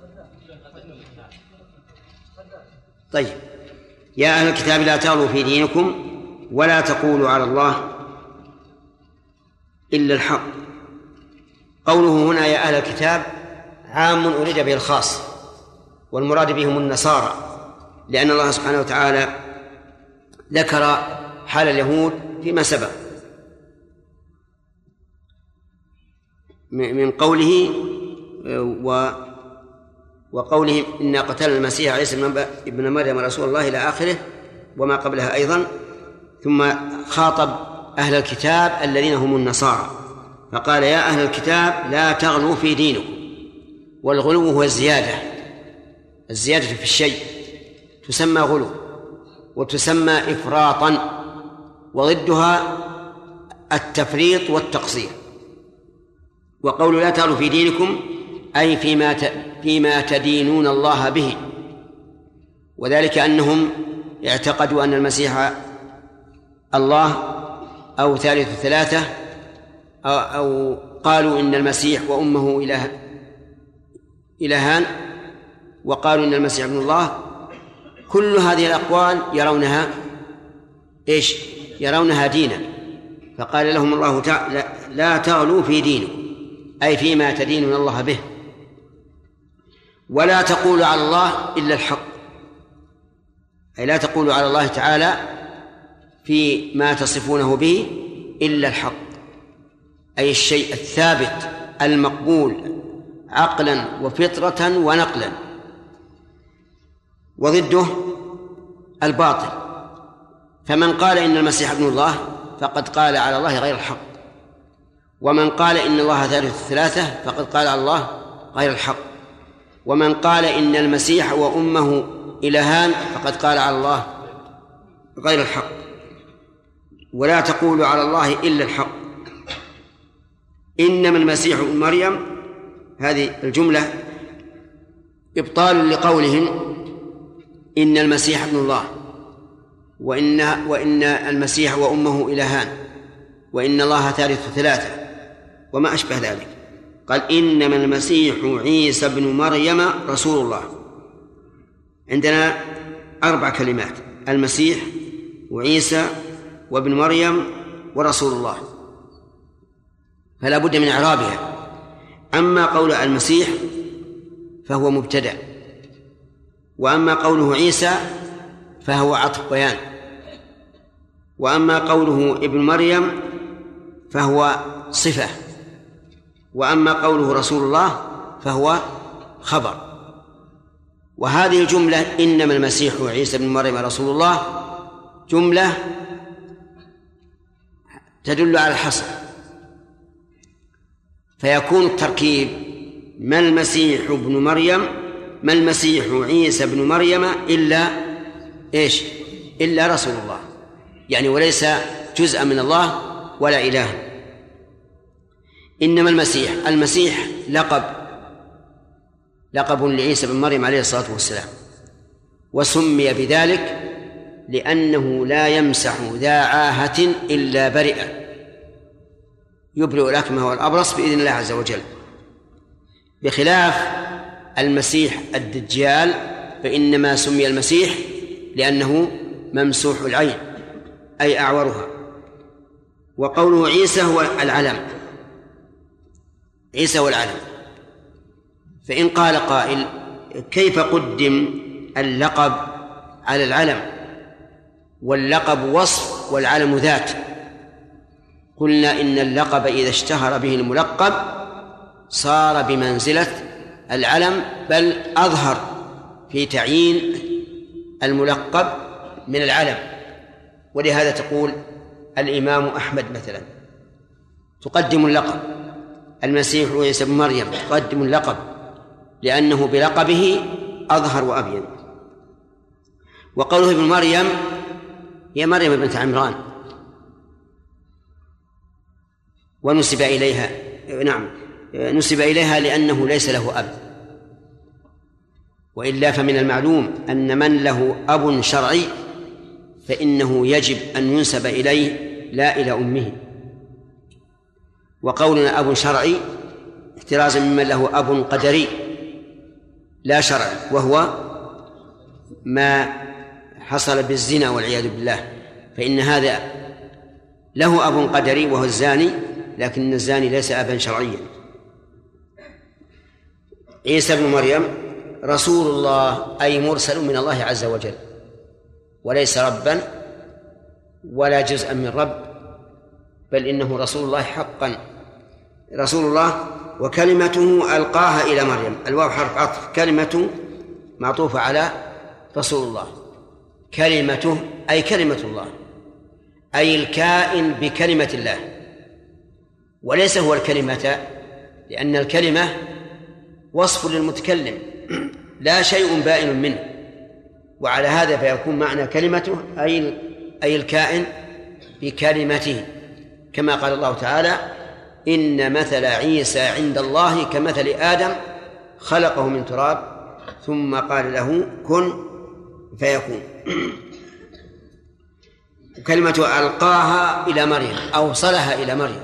طيب، يا أهل الكتاب لا تغلوا في دينكم ولا تقولوا على الله إلا الحق. قوله هنا يا أهل الكتاب عام أريد به الخاص، والمراد بهم النصارى، لأن الله سبحانه وتعالى ذكر حال اليهود فيما سبق من قوله و وقولهم إنا قتلنا المسيح عيسى ابن مريم رسول الله إلى آخره وما قبلها أيضا. ثم خاطب أهل الكتاب الذين هم النصارى فقال: يا أهل الكتاب لا تغلوا في دينكم. والغلو هو الزيادة، الزيادة في الشيء تسمى غلو وتسمى إفراطا، وضدها التفريط والتقصير. وقول لا تغلوا في دينكم أي فيما فيما تدينون الله به، وذلك أنهم اعتقدوا أن المسيح الله أو ثالث ثلاثة، أو قالوا إن المسيح وأمه إله إلهان، وقالوا إن المسيح ابن الله. كل هذه الأقوال يرونها إيش؟ يرونها دينا. فقال لهم الله تعالى: لا تغلوا في دينكم أي فيما تدينون الله به، ولا تقولوا على الله إلا الحق، أي لا تقولوا على الله تعالى فيما تصفونه به إلا الحق، أي الشيء الثابت المقبول عقلا وفطرة ونقلا. وضده الباطل. فمن قال إن المسيح ابن الله فقد قال على الله غير الحق، ومن قال إن الله ثالث ثلاثة فقد قال على الله غير الحق، ومن قال إن المسيح وأمه إلهان فقد قال على الله غير الحق. ولا تقولوا على الله إلا الحق. إنما المسيح ابن مريم، هذه الجملة إبطال لقولهم إن المسيح ابن الله، وإن, وإن المسيح وأمه إلهان، وإن الله ثالث ثلاثة، وما أشبه ذلك. قال إنما المسيح عيسى بن مريم رسول الله. عندنا أربع كلمات: المسيح وعيسى وابن مريم ورسول الله، فلا بد من إعرابها. أما قول المسيح فهو مبتدأ، وأما قوله عيسى فهو عطف بيان، وأما قوله ابن مريم فهو صفة، وأما قوله رسول الله فهو خبر. وهذه الجملة إنما المسيح وعيسى بن مريم رسول الله جملة تدل على الحصر، فيكون التركيب ما المسيح ابن مريم ما المسيح عيسى بن مريم إلا إيش؟ إلا رسول الله، يعني وليس جزءا من الله ولا إله. إنما المسيح المسيح لقب لقب لعيسى بن مريم عليه الصلاة والسلام، وسمي بذلك لأنه لا يمسح ذا عاهة إلا برئ، يبرئ الأكمه والأبرص بإذن الله عز وجل، بخلاف المسيح الدجال فإنما سمي المسيح لأنه ممسوح العين أي أعورها. وقوله عيسى هو العلم، عيسى هو العلم. فإن قال قائل كيف قدم اللقب على العلم واللقب وصف والعلم ذات؟ قلنا إن اللقب إذا اشتهر به الملقب صار بمنزلة العلم، بل أظهر في تعيين الملقب من العلم. ولهذا تقول الإمام أحمد مثلا تقدم اللقب، المسيح عيسى بن مريم تقدم اللقب لأنه بلقبه أظهر وأبين. وقوله ابن مريم هي مريم بنت عمران ونسب إليها، نعم نسب إليها لأنه ليس له أب، وإلا فمن المعلوم أن من له أب شرعي فإنه يجب أن ينسب إليه لا إلى أمه. وقولنا أب شرعي احترازا ممن له أب قدري لا شرعي، وهو ما حصل بالزنا والعياذ بالله، فإن هذا له أب قدري وهو الزاني، لكن الزاني ليس أبا شرعيا. عيسى بن مريم رسول الله أي مرسل من الله عز وجل، وليس ربا ولا جزءا من رب، بل إنه رسول الله حقا، رسول الله. وكلمته ألقاها إلى مريم، الواو حرف عطف، كلمة معطوفة على رسول الله، كلمته أي كلمة الله، أي الكائن بكلمة الله، وليس هو الكلمة، لأن الكلمة وصف للمتكلم لا شيء بائن منه، وعلى هذا فيكون معنى كلمته أي أي الكائن بكلمته، كما قال الله تعالى إن مثل عيسى عند الله كمثل آدم خلقه من تراب ثم قال له كن فيكون. كلمة ألقاها إلى مريم أوصلها إلى مريم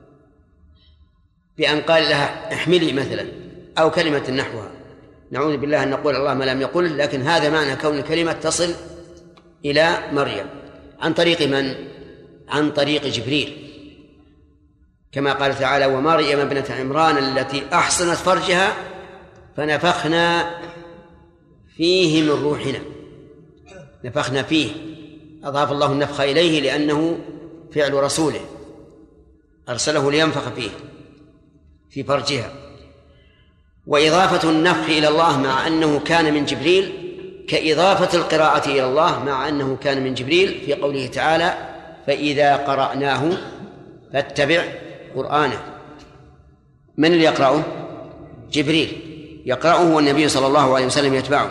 بأن قال لها احملي مثلا، أو كلمة نحوها. نعوذ بالله أن نقول الله ما لم يقل، لكن هذا معنى كون الكلمة تصل إلى مريم عن طريق من؟ عن طريق جبريل، كما قال تعالى ومريم ابنة عمران التي أحصنت فرجها فنفخنا فيه من روحنا. نفخنا فيه، أضاف الله النفخ إليه لأنه فعل رسوله أرسله لينفخ فيه في فرجها. وإضافة النفخ إلى الله مع أنه كان من جبريل كإضافة القراءة إلى الله مع أنه كان من جبريل في قوله تعالى فإذا قرأناه فاتبع قرآنه. من اللي يقرأه؟ جبريل يقرأه والنبي صلى الله عليه وسلم يتبعه.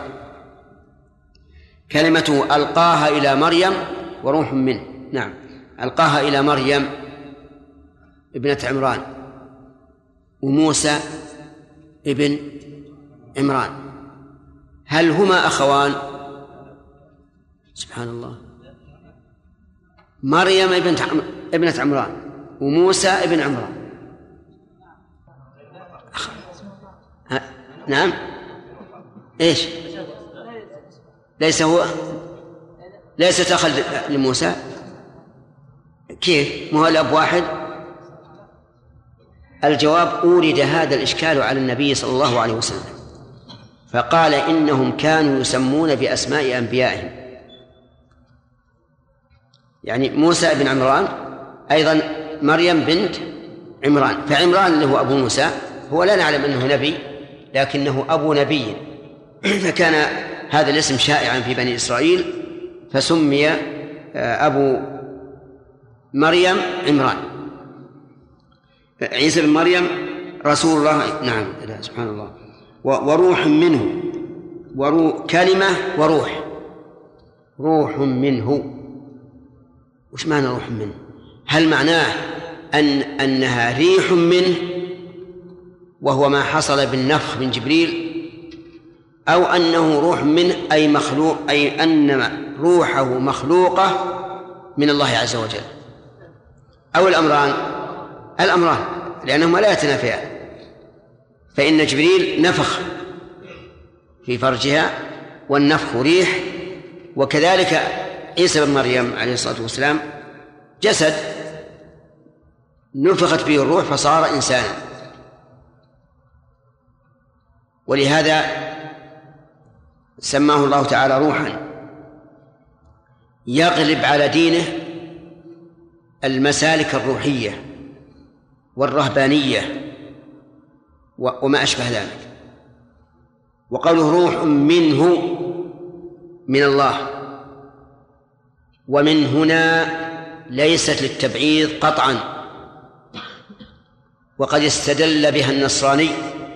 كلمته ألقاها إلى مريم وروح منه، نعم ألقاها إلى مريم ابنة عمران وموسى ابن عمران. هل هما أخوان؟ سبحان الله. مريم ابنة عم... ابنة عمران وموسى ابن عمران. ها. نعم ايش؟ ليس هو ليست أخا لموسى. كيف؟ ما هو الأب واحد؟ الجواب: أورد هذا الإشكال على النبي صلى الله عليه وسلم فقال إنهم كانوا يسمون بأسماء أنبيائهم، يعني موسى بن عمران أيضا مريم بنت عمران، فعمران اللي هو أبو موسى هو لا نعلم أنه نبي لكنه أبو نبي، فكان هذا الاسم شائعا في بني إسرائيل فسمي أبو مريم عمران. عيسى بن مريم رسول الله. نعم. سبحان الله. وروح منه، وروح كلمة وروح، روح منه. وش معنى روح منه؟ هل معناه أن أنها ريح منه وهو ما حصل بالنفخ من جبريل، أو أنه روح منه أي مخلوق، أي أن روحه مخلوقة من الله عز وجل، أو الأمران؟ الأمران لأنهما لا يتنافيان، فإن جبريل نفخ في فرجها والنفخ ريح، وكذلك عيسى بن مريم عليه الصلاة والسلام جسد نفخت فيه الروح فصار إنسانا. ولهذا سماه الله تعالى روحا يغلب على دينه المسالك الروحية والرهبانية وما أشبه ذلك. وقوله روح منه من الله، ومن هنا ليست للتبعيض قطعا، وقد استدل بها النصراني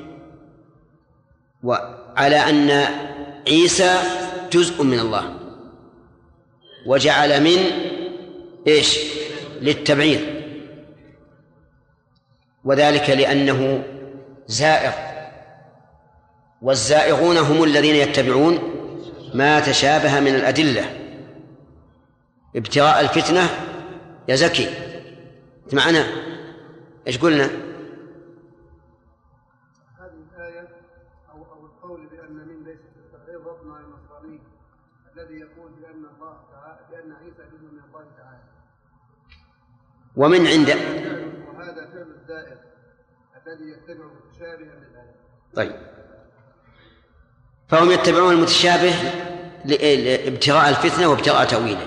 وعلى أن عيسى جزء من الله، وجعل من إيش للتبعيض، وذلك لأنه زائغ، والزائغون هم الذين يتبعون ما تشابه من الأدلة ابتغاء الفتنة. يا زكي معنا إيش قلنا؟ هذه الآية أو أو القول بأن من ليس تستقيم ربنا النصراني الذي يقول بأن الله تعالى بأن عيسى ابن من الله تعالى، ومن عند وهذا فعل الزائر الذي يتبع متشابها للآية. طيب، فهم يتبعون المتشابه لابتغاء الفتنة وابتغاء تأويله.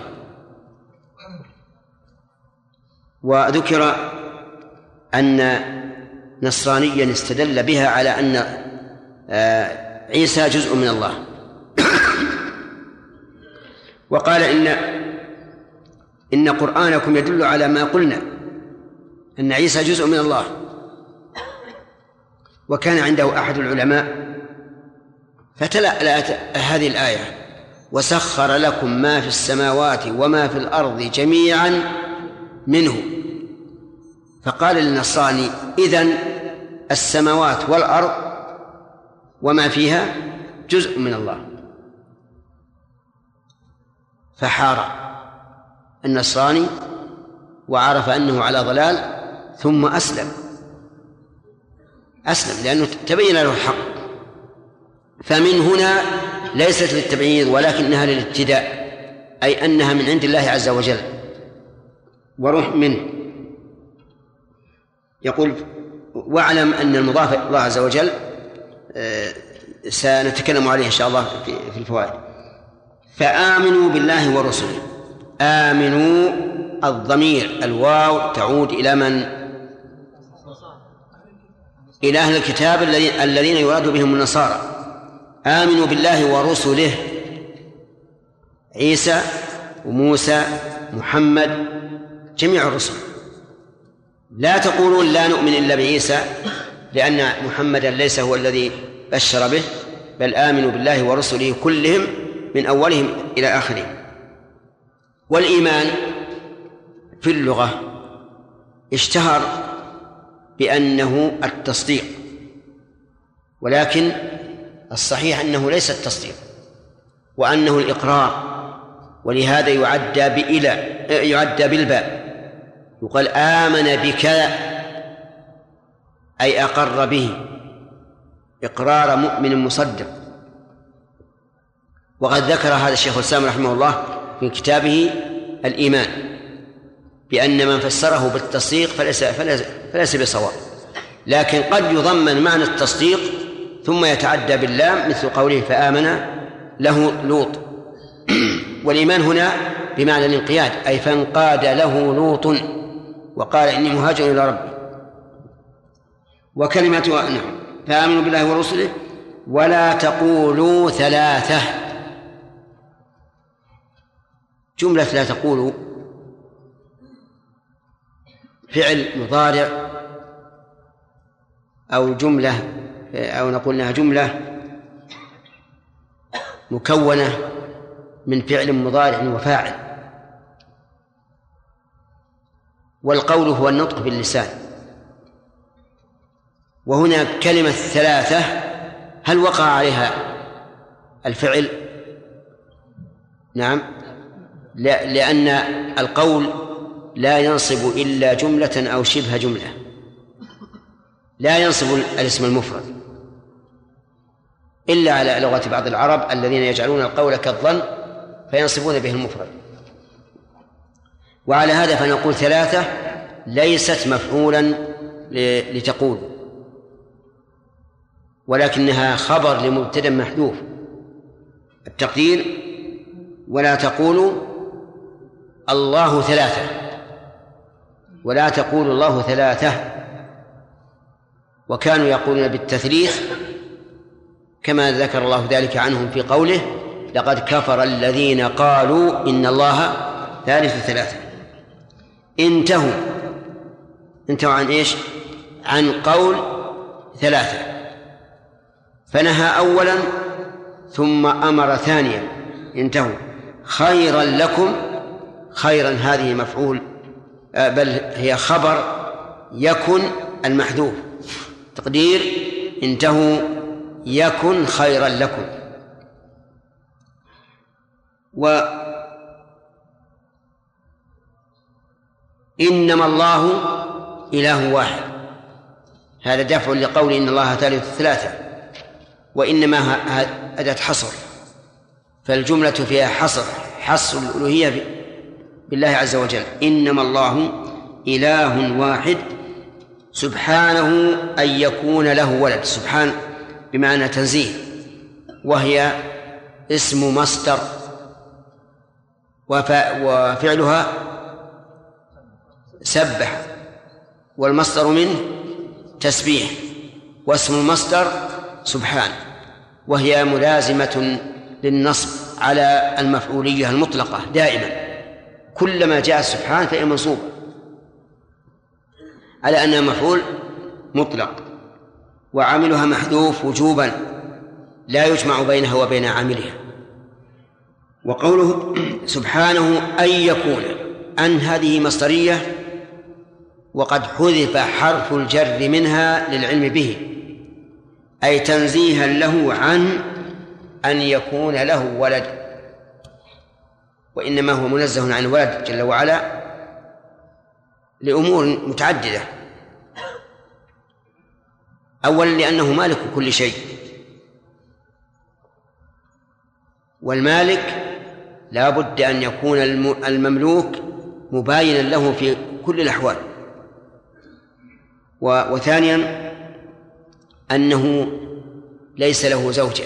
وذكر أن نصرانيا استدل بها على أن عيسى جزء من الله وقال إن إن قرآنكم يدل على ما قلنا أن عيسى جزء من الله. وكان عنده أحد العلماء فتلا هذه الآية: وسخر لكم ما في السماوات وما في الأرض جميعا منه، فقال للنصراني: إذن السماوات والأرض وما فيها جزء من الله. فحار النصراني وعرف أنه على ضلال ثم أسلم أسلم لأنه تبين له الحق. فمن هنا ليست للتبعيض ولكنها للابتداء، أي أنها من عند الله عز وجل. وروح منه يقول: واعلم أن المضاف إلى الله عز وجل سنتكلم عليه إن شاء الله في الفوائد. فآمنوا بالله ورسله. آمنوا الضمير الواو تعود إلى من؟ إلى أهل الكتاب الذين يراد بهم النصارى. آمنوا بالله ورسله، عيسى وموسى محمد جميع الرسل. لا تقولون لا نؤمن إلا بعيسى لأن محمدا ليس هو الذي بشر به، بل آمنوا بالله ورسله كلهم من أولهم إلى آخرهم. والإيمان في اللغة اشتهر بأنه التصديق، ولكن الصحيح أنه ليس التصديق، وأنه الإقرار ولهذا يعدى بإلى يعدى بالباء، يقال آمن بك أي أقر به إقرار مؤمن مصدق. وقد ذكر هذا الشيخ الإسلام رحمه الله في كتابه الإيمان بأن من فسره بالتصديق فليس, فليس, فليس بصواب، لكن قد يضمن معنى التصديق ثم يتعدى باللام مثل قوله فآمن له لوط. والإيمان هنا بمعنى الانقياد، أي فانقاد له لوط وقال إني مهاجر إلى ربي. وكلمة نعم فآمنوا بالله ورسله ولا تقولوا ثلاثة. جملة لا تقولوا فعل مضارع أو جملة أو نقول إنها جملة مكونة من فعل مضارع وفاعل. والقول هو النطق باللسان. وهنا كلمة ثلاثة هل وقع عليها الفعل؟ نعم، لأن القول لا ينصب إلا جملة أو شبه جملة، لا ينصب الاسم المفرد إلا على لغة بعض العرب الذين يجعلون القول كالظن فينصبون به المفرد. وعلى هذا فنقول ثلاثة ليست مفعولا لتقول، ولكنها خبر لمبتدأ محذوف. التقدير ولا تقولوا الله ثلاثة، ولا تقول الله ثلاثة. وكانوا يقولون بالتثليث كما ذكر الله ذلك عنهم في قوله لقد كفر الذين قالوا إن الله ثالث ثلاثة. انتهوا انتهوا عن إيش؟ عن قول ثلاثة، فنهى أولا ثم أمر ثانيا. انتهوا خيرا لكم. خيرا هذه مفعول بل هي خبر يكن المحذوف، تقدير انتهوا يكن خيرا لكم. وإنما الله إله واحد، هذا دفع لقول إن الله ثالث ثلاثة. وإنما أداة حصر، فالجملة فيها حصر حصر الألوهية بالله عز وجل. إنما الله إله واحد سبحانه أن يكون له ولد. سبحان بمعنى تنزيه، وهي اسم مصدر وفعلها سبح، والمصدر منه تسبيح، واسم المصدر سبحان، وهي ملازمة للنصب على المفعولية المطلقة دائما. كلما جاء سبحان فهي منصوبة على أنها مفعول مطلق، وعاملها محذوف وجوبا لا يجمع بينها وبين عاملها. وقوله سبحانه أن يكون، أن هذه مصدرية وقد حذف حرف الجر منها للعلم به، أي تنزيها له عن أن يكون له ولد، وإنما هو منزه عن الولد جل وعلا لأمور متعددة. أولا لأنه مالك كل شيء، والمالك لا بد أن يكون المملوك مباينا له في كل الأحوال. وثانيا أنه ليس له زوجة،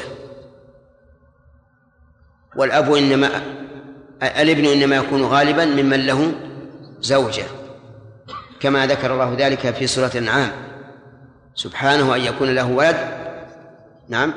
والأب إنما الابن إنما يكون غالبا ممن له زوجة، كما ذكر الله ذلك في سورة الأنعام سبحانه أن يكون له ولد. نعم،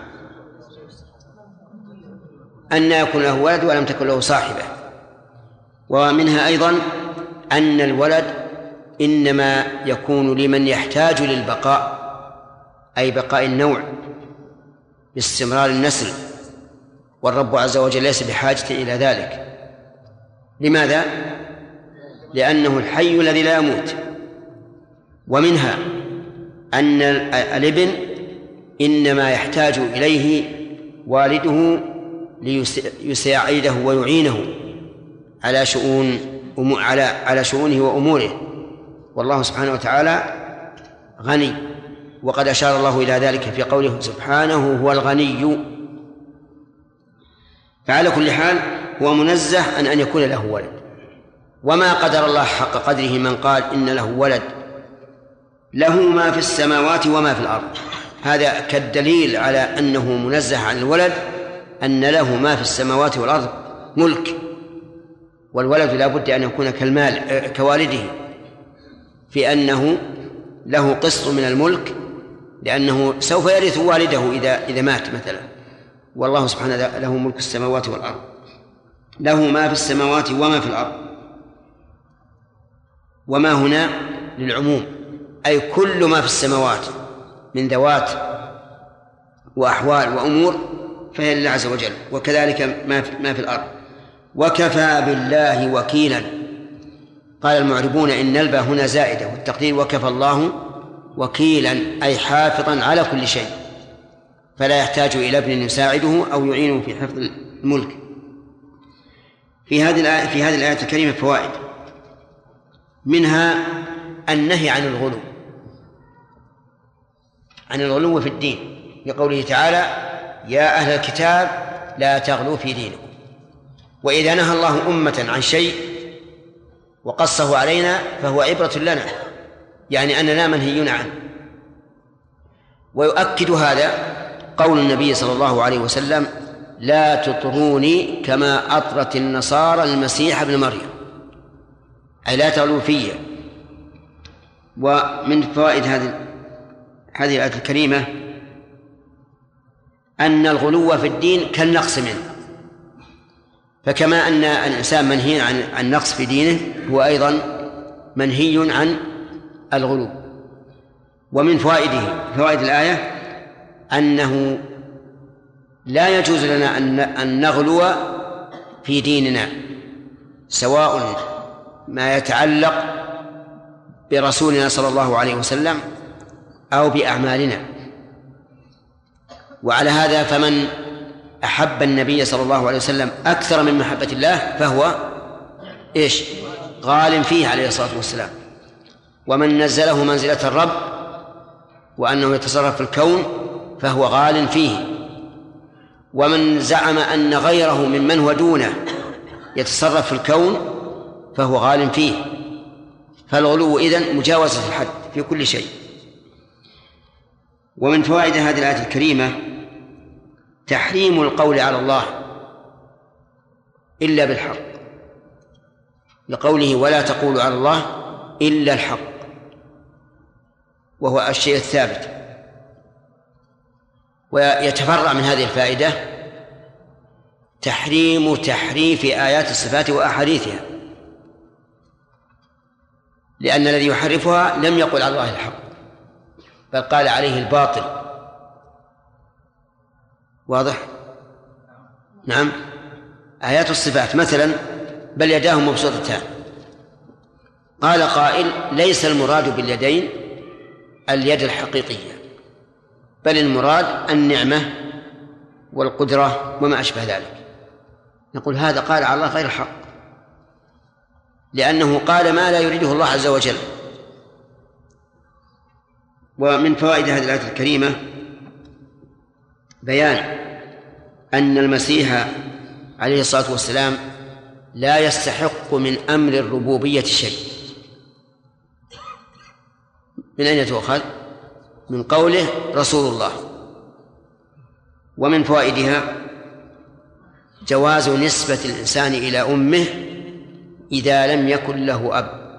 أن يكون له ولد ولم تكن له صاحبة. ومنها أيضا أن الولد إنما يكون لمن يحتاج للبقاء، أي بقاء النوع باستمرار النسل، والرب عز وجل ليس بحاجة إلى ذلك. لماذا؟ لأنه الحي الذي لا يموت. ومنها أن الابن إنما يحتاج إليه والده ليساعده ويعينه على شؤون على على شؤونه وأموره، والله سبحانه وتعالى غني، وقد أشار الله إلى ذلك في قوله سبحانه هو الغني. فعلى كل حال هو منزه عن أن يكون له ولد، وما قدر الله حق قدره من قال إن له ولد. له ما في السماوات وما في الأرض، هذا كالدليل على أنه منزه عن الولد، أن له ما في السماوات والأرض ملك، والولد لا بد أن يكون كالمال كوالده في أنه له قسط من الملك، لأنه سوف يرث والده إذا إذا مات مثلا، والله سبحانه له ملك السماوات والأرض. له ما في السماوات وما في الأرض، وما هنا للعموم، أي كل ما في السماوات من ذوات وأحوال وأمور فهي لله عز وجل، وكذلك ما في, ما في الأرض. وكفى بالله وكيلا. قال المعربون إن الباء هنا زائدة، والتقدير وكفى الله وكيلا أي حافظا على كل شيء، فلا يحتاج إلى ابن يساعده أو يعينه في حفظ الملك. في هذه الآية في هذه الآية الكريمة فوائد، منها النهي عن الغلو عن الغلو في الدين، لقوله تعالى يا أهل الكتاب لا تغلوا في دينكم. وإذا نهى الله أمة عن شيء وقصه علينا فهو عبرة لنا، يعني أننا منهيون عنه. ويؤكد هذا قول النبي صلى الله عليه وسلم لا تطروني كما أطرت النصارى المسيح ابن مريم، أي لا تغلوا في. ومن فوائد هذه هذه الآية الكريمة أن الغلو في الدين كالنقص منه، فكما أن الإنسان منهي عن عن النقص في دينه هو أيضا منهي عن الغلو. ومن فوائده فوائد الآية أنه لا يجوز لنا أن نغلو في ديننا، سواء ما يتعلق برسولنا صلى الله عليه وسلم أو بأعمالنا. وعلى هذا فمن أحب النبي صلى الله عليه وسلم أكثر من محبة الله فهو إيش؟ غال فيه عليه الصلاة والسلام. ومن نزله منزلة الرب وأنه يتصرف في الكون فهو غال فيه. ومن زعم أن غيره ممن هو دونه يتصرف في الكون فهو غال فيه. فالغلو إذن مجاوزة الحد في كل شيء. ومن فوائد هذه الآية الكريمة تحريم القول على الله إلا بالحق، لقوله ولا تقولوا على الله إلا الحق، وهو الشيء الثابت. ويتفرع من هذه الفائدة تحريم تحريف آيات الصفات وأحاديثها، لأن الذي يحرفها لم يقل على الله الحق بل قال عليه الباطل. واضح؟ نعم. آيات الصفات مثلا بل يداه مبسوطتان، قال قائل ليس المراد باليدين اليد الحقيقية، بل المراد النعمة والقدرة وما أشبه ذلك. نقول هذا قال على الله غير الحق، لأنه قال ما لا يريده الله عز وجل. ومن فوائد هذه الآية الكريمة بيان أن المسيح عليه الصلاة والسلام لا يستحق من أمر الربوبية شيء. من أين تؤخذ؟ من قوله رسول الله. ومن فوائدها جواز نسبة الإنسان إلى أمه إذا لم يكن له أب،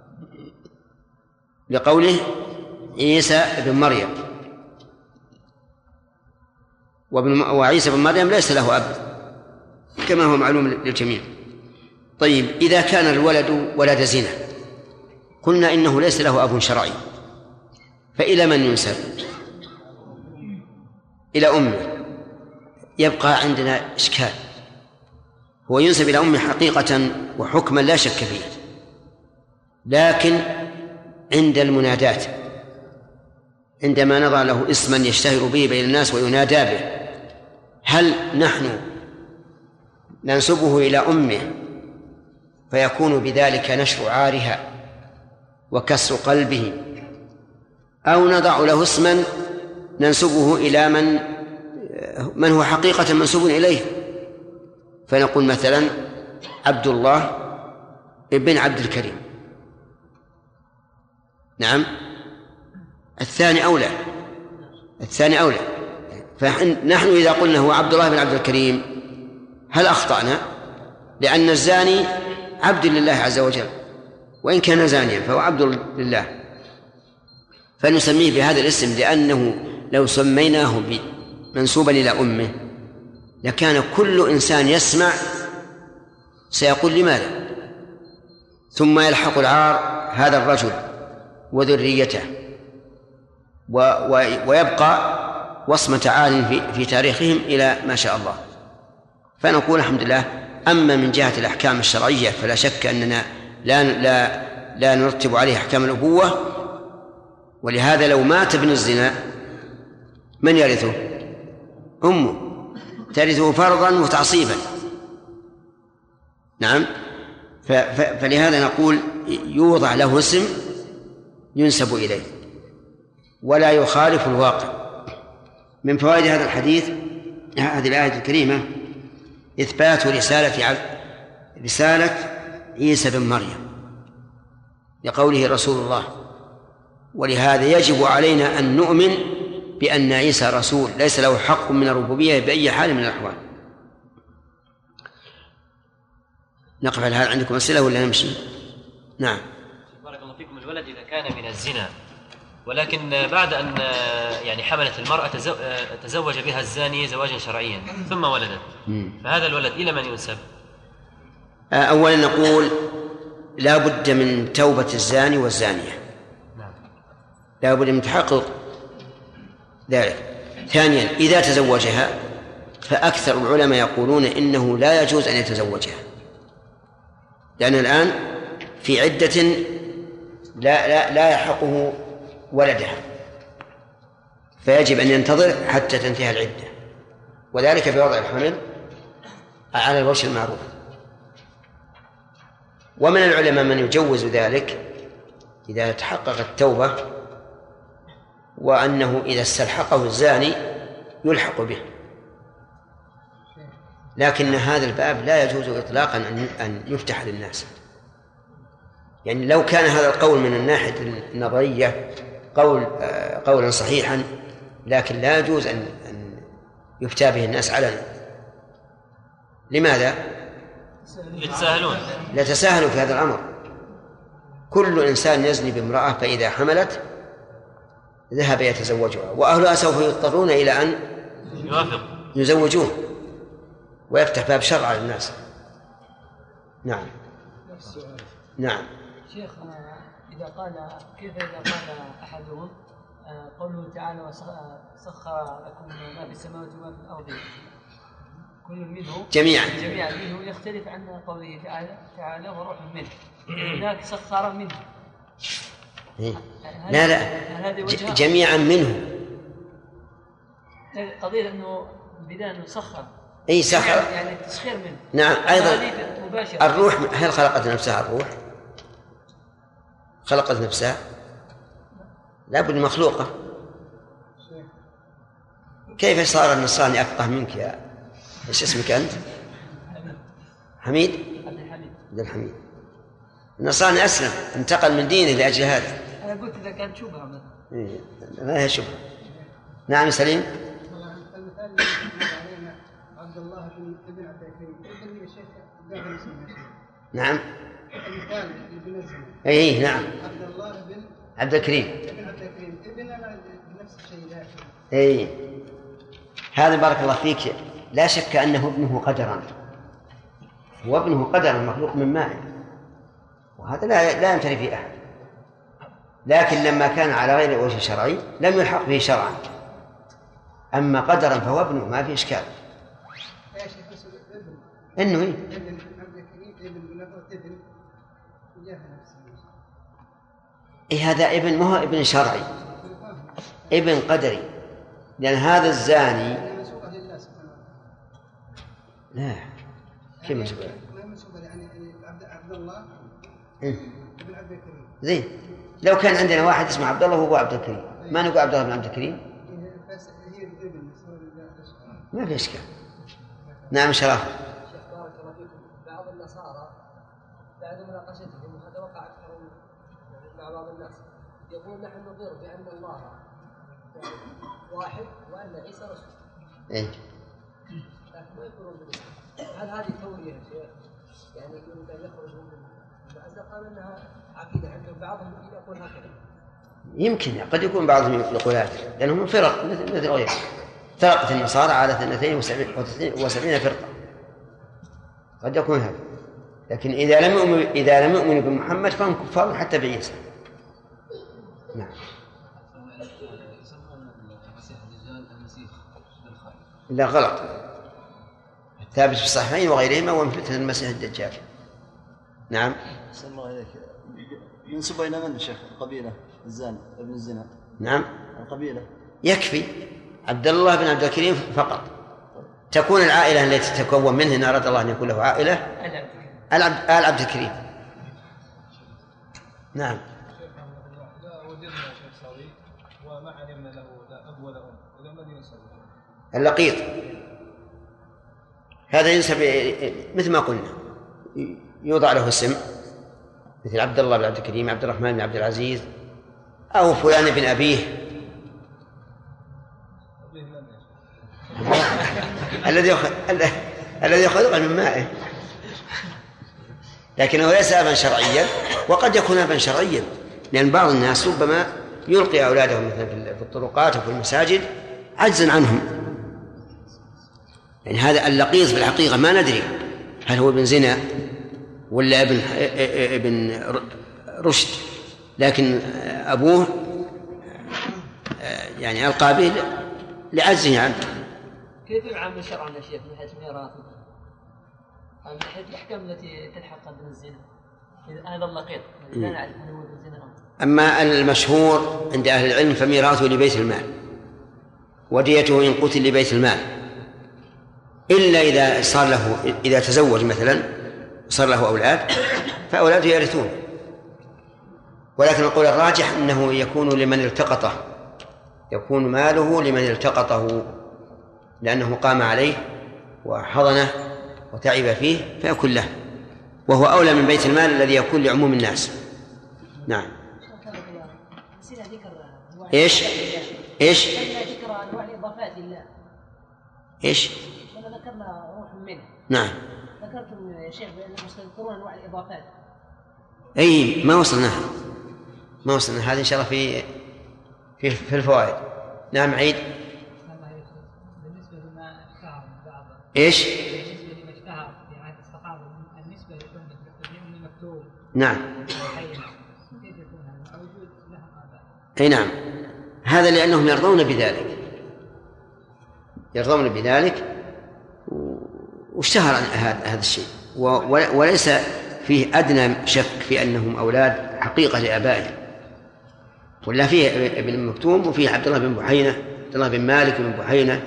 لقوله عيسى بن مريم، وعيسى بن مريم ليس له أب كما هو معلوم للجميع. طيب إذا كان الولد ولد زنا قلنا إنه ليس له أب شرعي، فإلى من ينسب؟ إلى أمه. يبقى عندنا إشكال، هو ينسب إلى أمه حقيقة وحكما لا شك فيه، لكن عند المنادات عندما نضع له اسما يشتهر به بين الناس وينادى به، هل نحن ننسبه إلى أمه فيكون بذلك نشر عارها وكسر قلبه، أو نضع له اسما ننسبه إلى من من هو حقيقة منسوب إليه، فنقول مثلا عبد الله ابن عبد الكريم. نعم، الثاني أولى، الثاني أولى. فنحن إذا قلنا هو عبد الله بن عبد الكريم هل أخطأنا؟ لأن الزاني عبد لله عز وجل، وإن كان زانيا فهو عبد لله، فنسميه بهذا الاسم، لأنه لو سميناه منسوبا إلى أمه لكان كل إنسان يسمع سيقول لماذا، ثم يلحق العار هذا الرجل وذريته، ويبقى وصمة عال في, في تاريخهم إلى ما شاء الله. فنقول الحمد لله. أما من جهة الأحكام الشرعية فلا شك أننا لا, لا, لا نرتب عليه أحكام الأبوة، ولهذا لو مات ابن الزنا من يرثه؟ أمه ترثه فرضا وتعصيبا. نعم، فلهذا نقول يوضع له اسم ينسب إليه ولا يخالف الواقع. من فوائد هذا الحديث هذه الآية الكريمة إثبات رسالة رسالة عيسى بن مريم لقوله رسول الله، ولهذا يجب علينا أن نؤمن بأن عيسى رسول ليس له حق من الربوبية بأي حال من الأحوال. نقف على هذا. عندكم أسئلة ولا نمشي؟ نعم. بارك الله فيكم. الولد إذا كان من الزنا ولكن بعد أن يعني حملت المرأة تزوج بها الزاني زواجا شرعيا ثم ولدت، فهذا الولد إلى من ينسب؟ أولا نقول لا بد من توبة الزاني والزانية، لا بد من تحقق ذلك. ثانيا إذا تزوجها فأكثر العلماء يقولون إنه لا يجوز أن يتزوجها، لأن الآن في عدة لا, لا, لا يحقه ولدها، فيجب أن ينتظر حتى تنتهي العدة، وذلك في وضع الحمل على الوجه المعروف. ومن العلماء من يجوز ذلك إذا تحققت التوبة وأنه إذا استلحقه الزاني يلحق به، لكن هذا الباب لا يجوز إطلاقا أن يفتح للناس. يعني لو كان هذا القول من الناحية النظرية قول قولا صحيحا، لكن لا يجوز أن يفتى به الناس علنا. لماذا؟ يتساهلون، لا تساهلوا في هذا الأمر. كل إنسان يزني بامرأة فإذا حملت ذهب يتزوجها، وأهلها سوف يضطرون إلى أن يوافق يزوجوه ويفتح باب شرع على الناس. نعم. نعم. شيخ، إذا قال كيف إذا قال أحدهم قوله تعالى وسخر لكم ما في السماوات وما في الأرض كل منه جميعا جميعا منه يختلف عن قوله تعالى تعالى وروح منه، هناك سخر منه. لا لا جميعا منه، قضية أنه بداية أنه سخر أي سخر يعني التسخير منه. نعم. أيضا الروح هل خلقت نفسها؟ الروح خلقت نفسها؟ لا بد مخلوقة. كيف صار النصراني أفقه منك يا إيش اسمك أنت؟ حميد؟ عبد الحميد. النصراني أسلم، انتقل من دينه لأجل هذا. أنا قلت إذا كانت شبهة مثلا. إيه ما هي شبهة. نعم سليم. المثال اللي عبد الله بن عبد الكريم ابن الشيخ داخل اسمه. نعم. المثال اللي بنزل. إيه نعم. عبد الله بن عبد الكريم. ابن عبد الكريم ابن نفس الشيء ذاك. إيه هذا بارك الله فيك لا شك أنه ابنه قدرا، هو ابنه قدرا مخلوق من ماء، وهذا لا لا يمتنع فيه أحد، لكن لما كان على غير وجه شرعي لم يلحق به شرعا. أما قدرا فهو ابنه ما في إشكال. إنه إيه؟ إيه هذا ابن ما هو ابن شرعي، ابن قدري، لأن هذا الزاني لا كيف مسؤول؟ عبد الله إيه؟ بن عبد الكريم. زين، لو كان عندنا واحد اسمه عبد الله وهو عبد الكريم ما نقول عبد الله بن عبد الكريم؟ ما في إشكال. نعم شرف. شيخ بارك الله فيكم، بعض النصارى بعد مناقشتهم وقد وقع أكثر مع بعض الناس يقول نحن نقر بأن الله واحد وأن عيسى رسول. إيه. لكن ما يقولون بالإسلام. هل هذه تورية يا شيخ؟ يعني يريد أن يخرجوا من الأزرق قال أنها عقيدة عندهم، بعضهم يقول هكذا. يمكن قد يكون بعضهم يقول هذا لأنهم فرق مثل غيره. فرقة النصارى عادة اثنتين وسبعين فرقة، قد يكون هذا. لكن إذا لم يؤمن إذا لم يؤمنوا بمحمد فهم كفار حتى بعيسى. نعم. لا غلط، ثابت في الصحيحين وغيرهما ومثل المسيح الدجال. نعم. أحسن الله إليك. ينسب إلى من شيخ القبيلة الزان ابن الزنا؟ نعم. القبيلة يكفي عبد الله بن عبد الكريم فقط، تكون العائلة التي تتكون منه إن أراد الله أن يكون له عائلة آل عبد الكريم. نعم. إذا وجدنا شيخ صغير وما علمنا له لا أب ولا أم، إذا من ينسب؟ اللقيط هذا ينسب مثل ما قلنا، يوضع له اسم مثل عبد الله بن عبد الكريم، عبد الرحمن بن عبد العزيز، أو فلان بن أبيه. الذي يأخذ الذي يأخذ من مائه، لكنه ليس أبا شرعيا، وقد يكون أبا شرعيا، لأن بعض الناس ربما يلقي أولادهم مثلا في الطرقات وفي المساجد عجزا عنهم. يعني هذا اللقيط في الحقيقة ما ندري هل هو ابن زنا ولا ابن ابن رشد، لكن أبوه يعني القابل لعجزه عنه. كيف يعامل شرعا يا شيخ من حيث ميراثه؟ من حيث الأحكام التي تلحق ابن الزنا؟ هذا اللقيط لا نعرف هل هو ابن الزنا. أما المشهور عند أهل العلم فميراثه لبيت المال، وديته إن قتل لبيت المال، إلا إذا صار له إذا تزوج مثلا صار له أولاد فأولاده يرثون. ولكن القول الراجح أنه يكون لمن التقطه، يكون ماله لمن التقطه، لأنه قام عليه وحضنه وتعب فيه فيكون له، وهو أولى من بيت المال الذي يكون لعموم الناس. نعم. إيش إيش ذكر أنواع الإضافات لله. إيش؟ أنا ذكرنا روح منه. نعم. ذكرتم يا شيخ بأنكم تذكرون أنواع الإضافات. أي ما وصلناها ما وصلنا هذا إن شاء الله في في في الفوائد. نعم عيد. بالنسبة لما اشتهر بعض. إيش؟ بالنسبة لما اشتهر في عهد الصحابة بالنسبة للعلم المكتوب. نعم. كيف يكون هذا؟ وجود له هذا. أي نعم، هذا لأنهم يرضون بذلك، يرضون بذلك واشتهر هذا الشيء، وليس فيه أدنى شك في أنهم أولاد حقيقة لآبائهم، ولا فيه ابن مكتوم وفيه عبد الله بن بحينة، عبد الله بن مالك بن بحينة.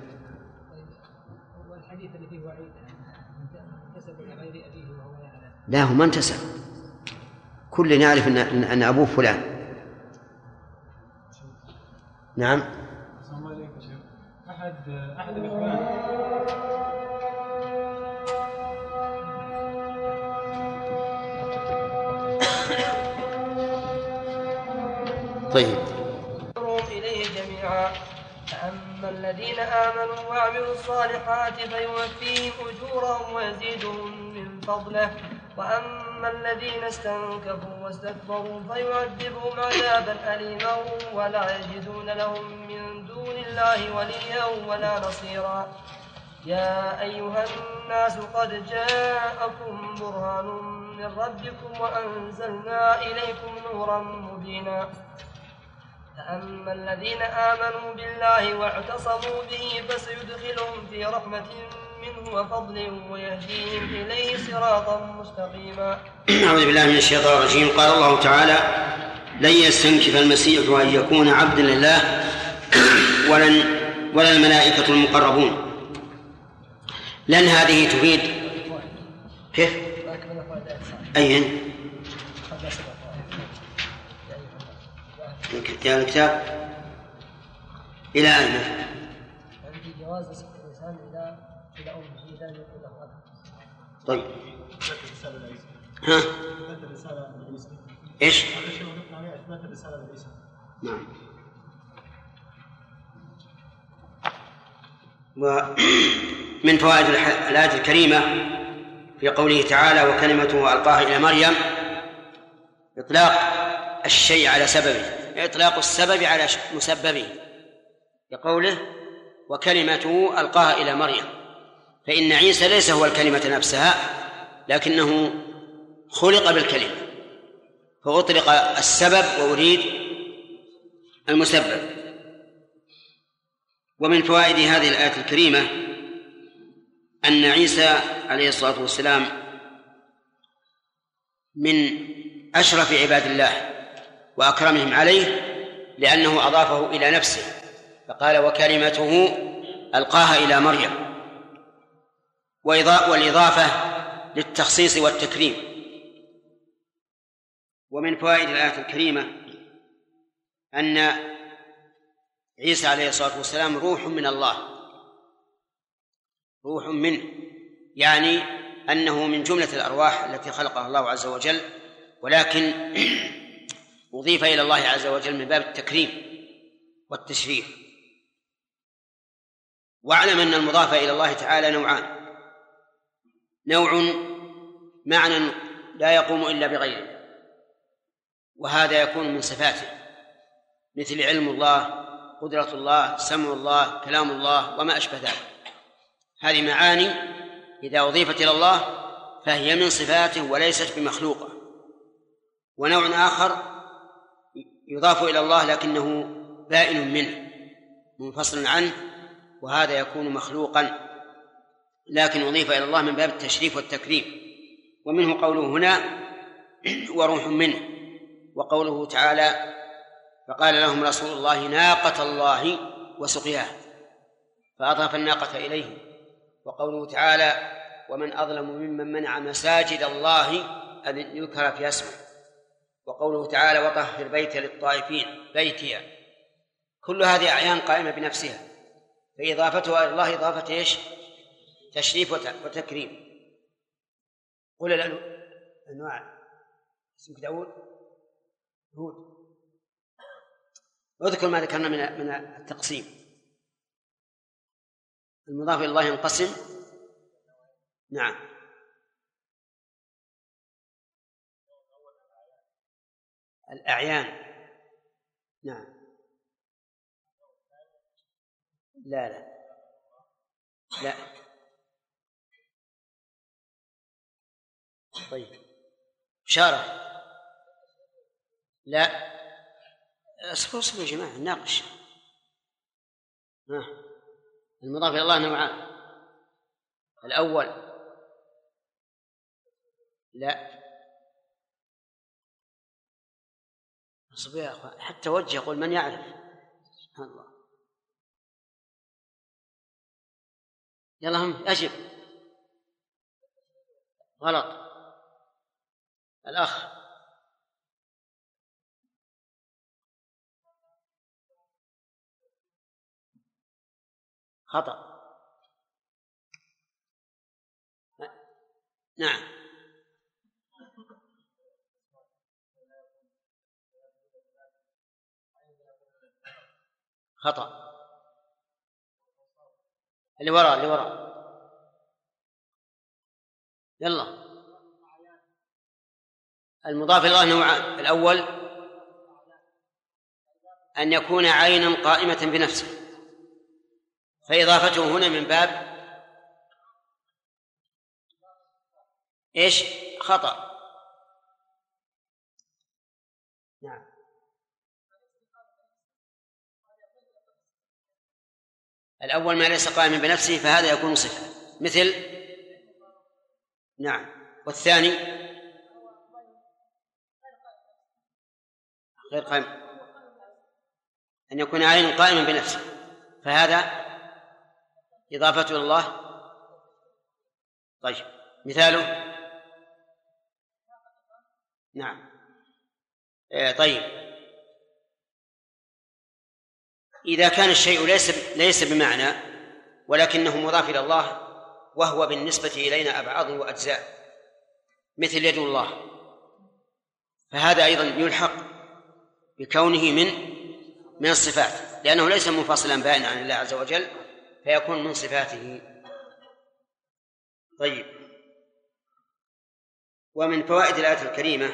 والحديث اللي فيه وعيد انتسب إلى غير أبيه وهو يعلم. لا هو ما انتسب، كل نعرف أن أن أبوه فلان. نعم. السلام عليكم شيخ. أحد أحد الإخوان طيب. إليه جميعا. فأما الذين آمنوا وعملوا الصالحات فيوفيهم أجورهم ويزيدهم من فضله، وأما الذين استنكفوا واستكبروا فيعذبهم عذابا أليما ولا يجدون لهم من دون الله وليا ولا نصيرا. يا أيها الناس قد جاءكم برهان من ربكم وأنزلنا إليكم نورا مبينا. فأما الذين آمنوا بالله واعتصموا به فسيدخلهم في رحمة منه وفضل ويهديهم إليه صراطا مستقيما. أعوذ بالله من الشيطان الرجيم. قال الله تعالى: لن يستنكف المسيح أن يكون عبدا لله ولن ولا الملائكة المقربون. لن هذه تفيد كيف؟ أين؟ جاء الكتاب إلى أين؟ عندي جواز نسبة الإنسان إلى إلى أمه إذا يقول له هذا. طيب. ها؟ إيش؟ نعم. ومن فوائد الآية الكريمة في قوله تعالى وكلمته ألقاها إلى مريم إطلاق الشيء على سببه، إطلاق السبب على مسببه، لقوله وكلمته ألقاها إلى مريم، فإن عيسى ليس هو الكلمة نفسها لكنه خلق بالكلمة، فأطلق السبب وأريد المسبب. ومن فوائد هذه الآية الكريمة أن عيسى عليه الصلاة والسلام من أشرف عباد الله وأكرمهم عليه، لأنه أضافه إلى نفسه، فقال وكلمته ألقاها إلى مريم، والإضافة للتخصيص والتكريم. ومن فوائد الآية الكريمة أن عيسى عليه الصلاة والسلام روح من الله، روح منه، يعني أنه من جملة الأرواح التي خلقها الله عز وجل، ولكن أضيف إلى الله عز وجل من باب التكريم والتشريف. واعلم أن المضاف إلى الله تعالى نوعان: نوع معنى لا يقوم إلا بغيره، وهذا يكون من صفاته، مثل علم الله، قدرة الله، سمع الله، كلام الله وما أشبه ذلك. هذه معاني إذا أضيفت إلى الله فهي من صفاته وليست بمخلوقة. ونوع آخر يضاف إلى الله لكنه بائن منه منفصل عنه، وهذا يكون مخلوقا لكن أضيف إلى الله من باب التشريف والتكريم. ومنه قوله هنا وروح منه، وقوله تعالى فقال لهم رسول الله ناقة الله وسقياها، فأضاف الناقة إليه. وقوله تعالى ومن أظلم ممن منع مساجد الله أن يذكر في اسمه. وقوله تعالى وطهر بيتي للطائفين، بيتي، كل هذه أعيان قائمة بنفسها، فإضافتها إلى الله إضافة إيش؟ تشريف وتكريم. قل الأنواع. اسمك داود؟ هود. اذكر ما ذكرنا من من التقسيم. المضاف إلى الله ينقسم. نعم. الأعيان. نعم. لا لا لا. طيب. إشارة. لا. اصبروا اصبروا يا جماعة نناقش. ها. المضاف إلى الله نوعان: الأول لا اصبر يا أخوان، حتى وجه يقول من يعرف. سبحان الله. يلا هم أجب. غلط. الأخ. خطأ. نعم. خطأ. اللي وراء اللي وراء يلا. المضاف إلى الله نوعان: الأول أن يكون عينا قائمة بنفسه، فإضافته هنا من باب إيش؟ خطأ. نعم. الأول ما ليس قائما بنفسه فهذا يكون صفة، مثل نعم. والثاني غير قائم، أن يكون عين قائما بنفسه، فهذا إضافته إلى الله. طيب مثاله نعم. آه طيب، إذا كان الشيء ليس ليس بمعنى ولكنه مضاف إلى الله وهو بالنسبة إلينا أبعاض وأجزاء مثل يد الله، فهذا أيضا يلحق بكونه من من الصفات، لأنه ليس منفصلا بائنا عن الله عز وجل، فيكون من صفاته. طيب، ومن فوائد الآية الكريمة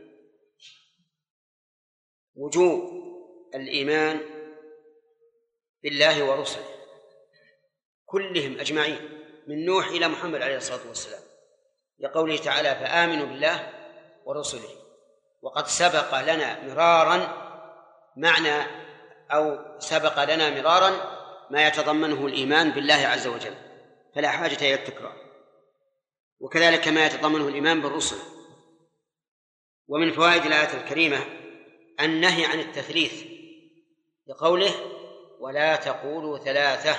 وجوب الإيمان بالله ورسله كلهم أجمعين من نوح إلى محمد عليه الصلاة والسلام، لقوله تعالى فآمنوا بالله ورسله. وقد سبق لنا مرارا معنى أو سبق لنا مرارا ما يتضمنه الإيمان بالله عز وجل، فلا حاجة إلى التكرار، وكذلك ما يتضمنه الإيمان بالرسل. ومن فوائد الآية الكريمة النهي عن التثليث لقوله ولا تقولوا ثلاثة،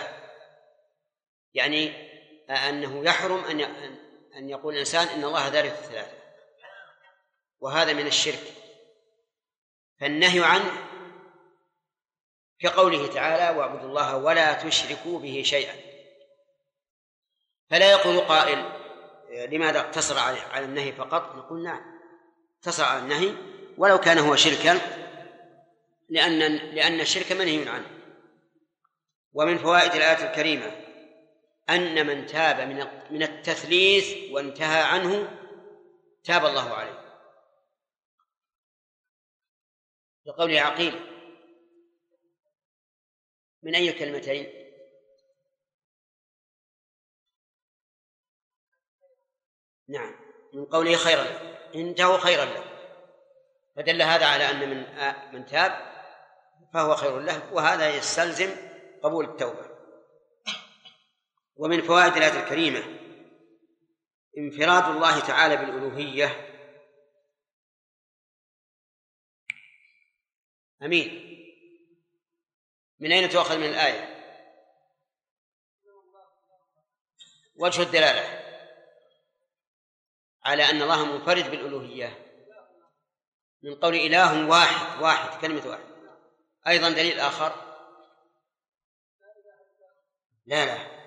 يعني أنه يحرم أن أن يقول الإنسان إن الله ثالث ثلاثة، وهذا من الشرك، فالنهي عنه كقوله تعالى واعبدوا الله ولا تشركوا به شيئا. فلا يقول قائل لماذا اقتصر على النهي فقط؟ نقول نعم اقتصر على النهي ولو كان هو شركا، لأن لأن الشرك منهي عنه. ومن فوائد الآية الكريمة أن من تاب من من التثليث وانتهى عنه تاب الله عليه، لقول عقيل من أي كلمتين؟ نعم، من قوله خيرا له، انتهوا خيرا له، فدل هذا على أن من من تاب فهو خير له، وهذا يستلزم قبول التوبة. ومن فوائد الآية الكريمة انفراد الله تعالى بالألوهية. أمين، من أين تؤخذ من الآية؟ وجه الدلالة على أن الله منفرد بالألوهية من قول إله واحد، واحد كلمة واحد. أيضا دليل آخر لا لا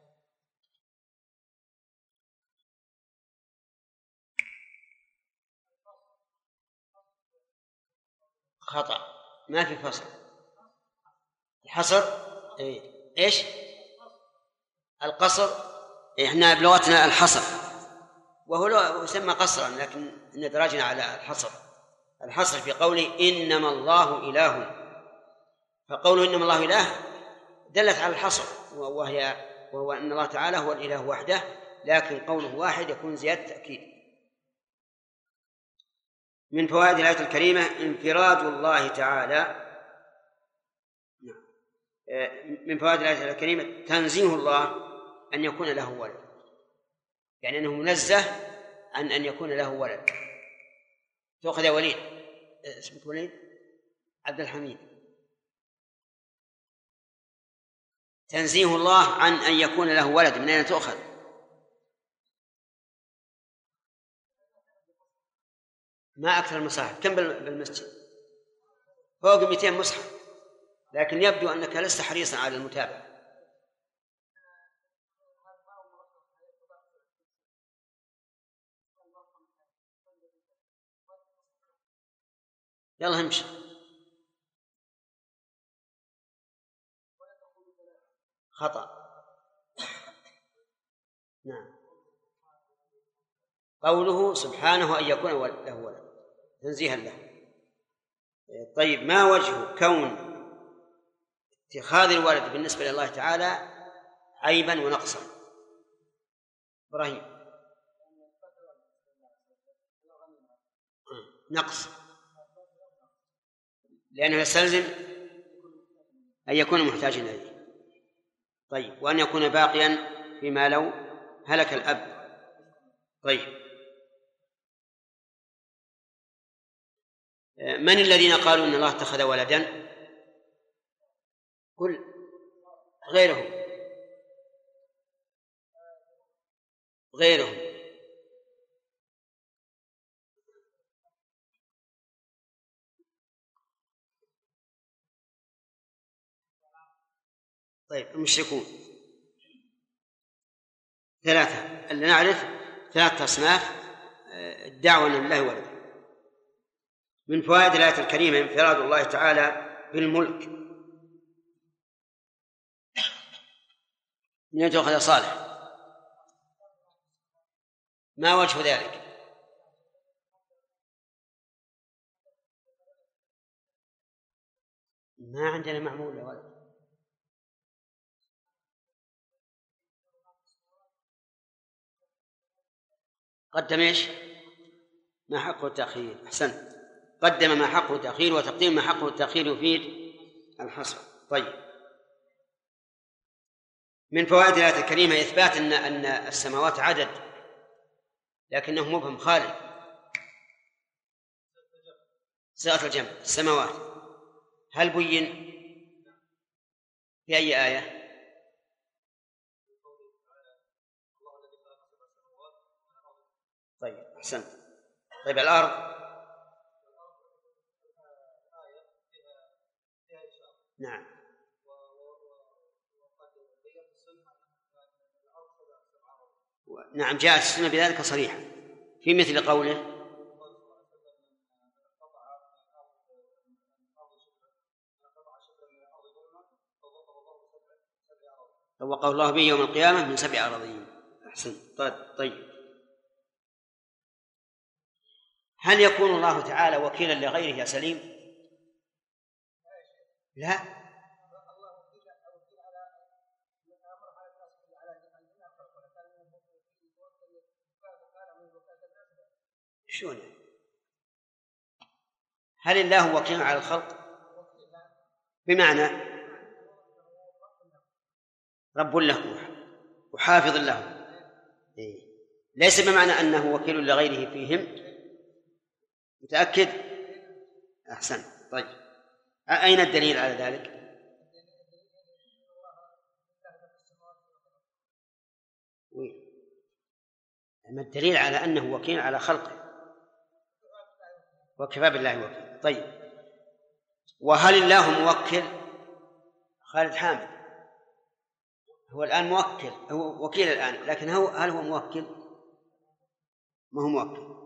خطأ، ما في فصل. الحصر إيه؟ إيش القصر؟ إحنا بلغتنا الحصر، وهو يسمى قصرا لكن ندرجنا على الحصر. الحصر في قوله إنما الله إله، فقوله إنما الله إله دلت على الحصر، وهي وهو أن الله تعالى هو الإله وحده، لكن قوله واحد يكون زيادة تأكيد. من فوائد الآية الكريمة انفراد الله تعالى. من فوائد الآية الكريمة تنزيه الله أن يكون له ولد، يعني أنه منزه عن أن يكون له ولد. تأخذ يا وليد، اسمك وليد عبد الحميد. تنزيه الله عن أن يكون له ولد من أين تأخذ؟ ما أكثر المصاحف، كم بالمسجد؟ فوق مئتين مصحف، لكن يبدو أنك لست حريصا على المتابعة. يلا همشي. خطأ. نعم، قوله سبحانه أن يكون له ولد تنزيها له. طيب، ما وجه كون اتخاذ الولد بالنسبة لله تعالى عيبا ونقصا؟ إبراهيم. نقص، لأنه يستلزم أن يكون محتاجا إليه. طيب، وأن يكون باقيا فيما لو هلك الأب. طيب، من الذين قالوا إن الله اتخذ ولدا؟ قل غيرهم غيرهم طيب المشركون ثلاثة، اللي نعرف ثلاثة أصناف الدعوة لله ولد. من فوائد الآية الكريمة انفراد الله تعالى بالملك. من يتوخذ صالح؟ ما وجه ذلك؟ ما عندنا معمول يا ولد. قدم ايش؟ ما حقه التأخير. أحسن، قدم ما حقه التأخير، وتقديم ما حقه التأخير يفيد الحصر. طيب، من فوائد الآية الكريمة إثبات أن أن السماوات عدد لكنه مبهم خالد، صيغة الجمع السماوات. هل بين في أي آية؟ طيب أحسن. طيب الأرض؟ نعم. نعم جاءت السنة بذلك صريحة في مثل قوله وقال الله به يوم القيامة من سبع أراضين. أحسن. طيب، هل يكون الله تعالى وكيلا لغيره يا سليم؟ لا، شون؟ هل الله وكيل على الخلق؟ بمعنى رب له وحافظ له، ليس بمعنى أنه وكيل لغيره فيهم. متأكد؟ أحسن. طيب، أين الدليل على ذلك؟ ما الدليل على أنه وكيل على خلقه؟ وكفى بالله وكيل. طيب، وهل الله موكل؟ خالد حامد هو الآن موكل، هو وكيل الآن، لكن هو هل هو موكل؟ ما هو موكل.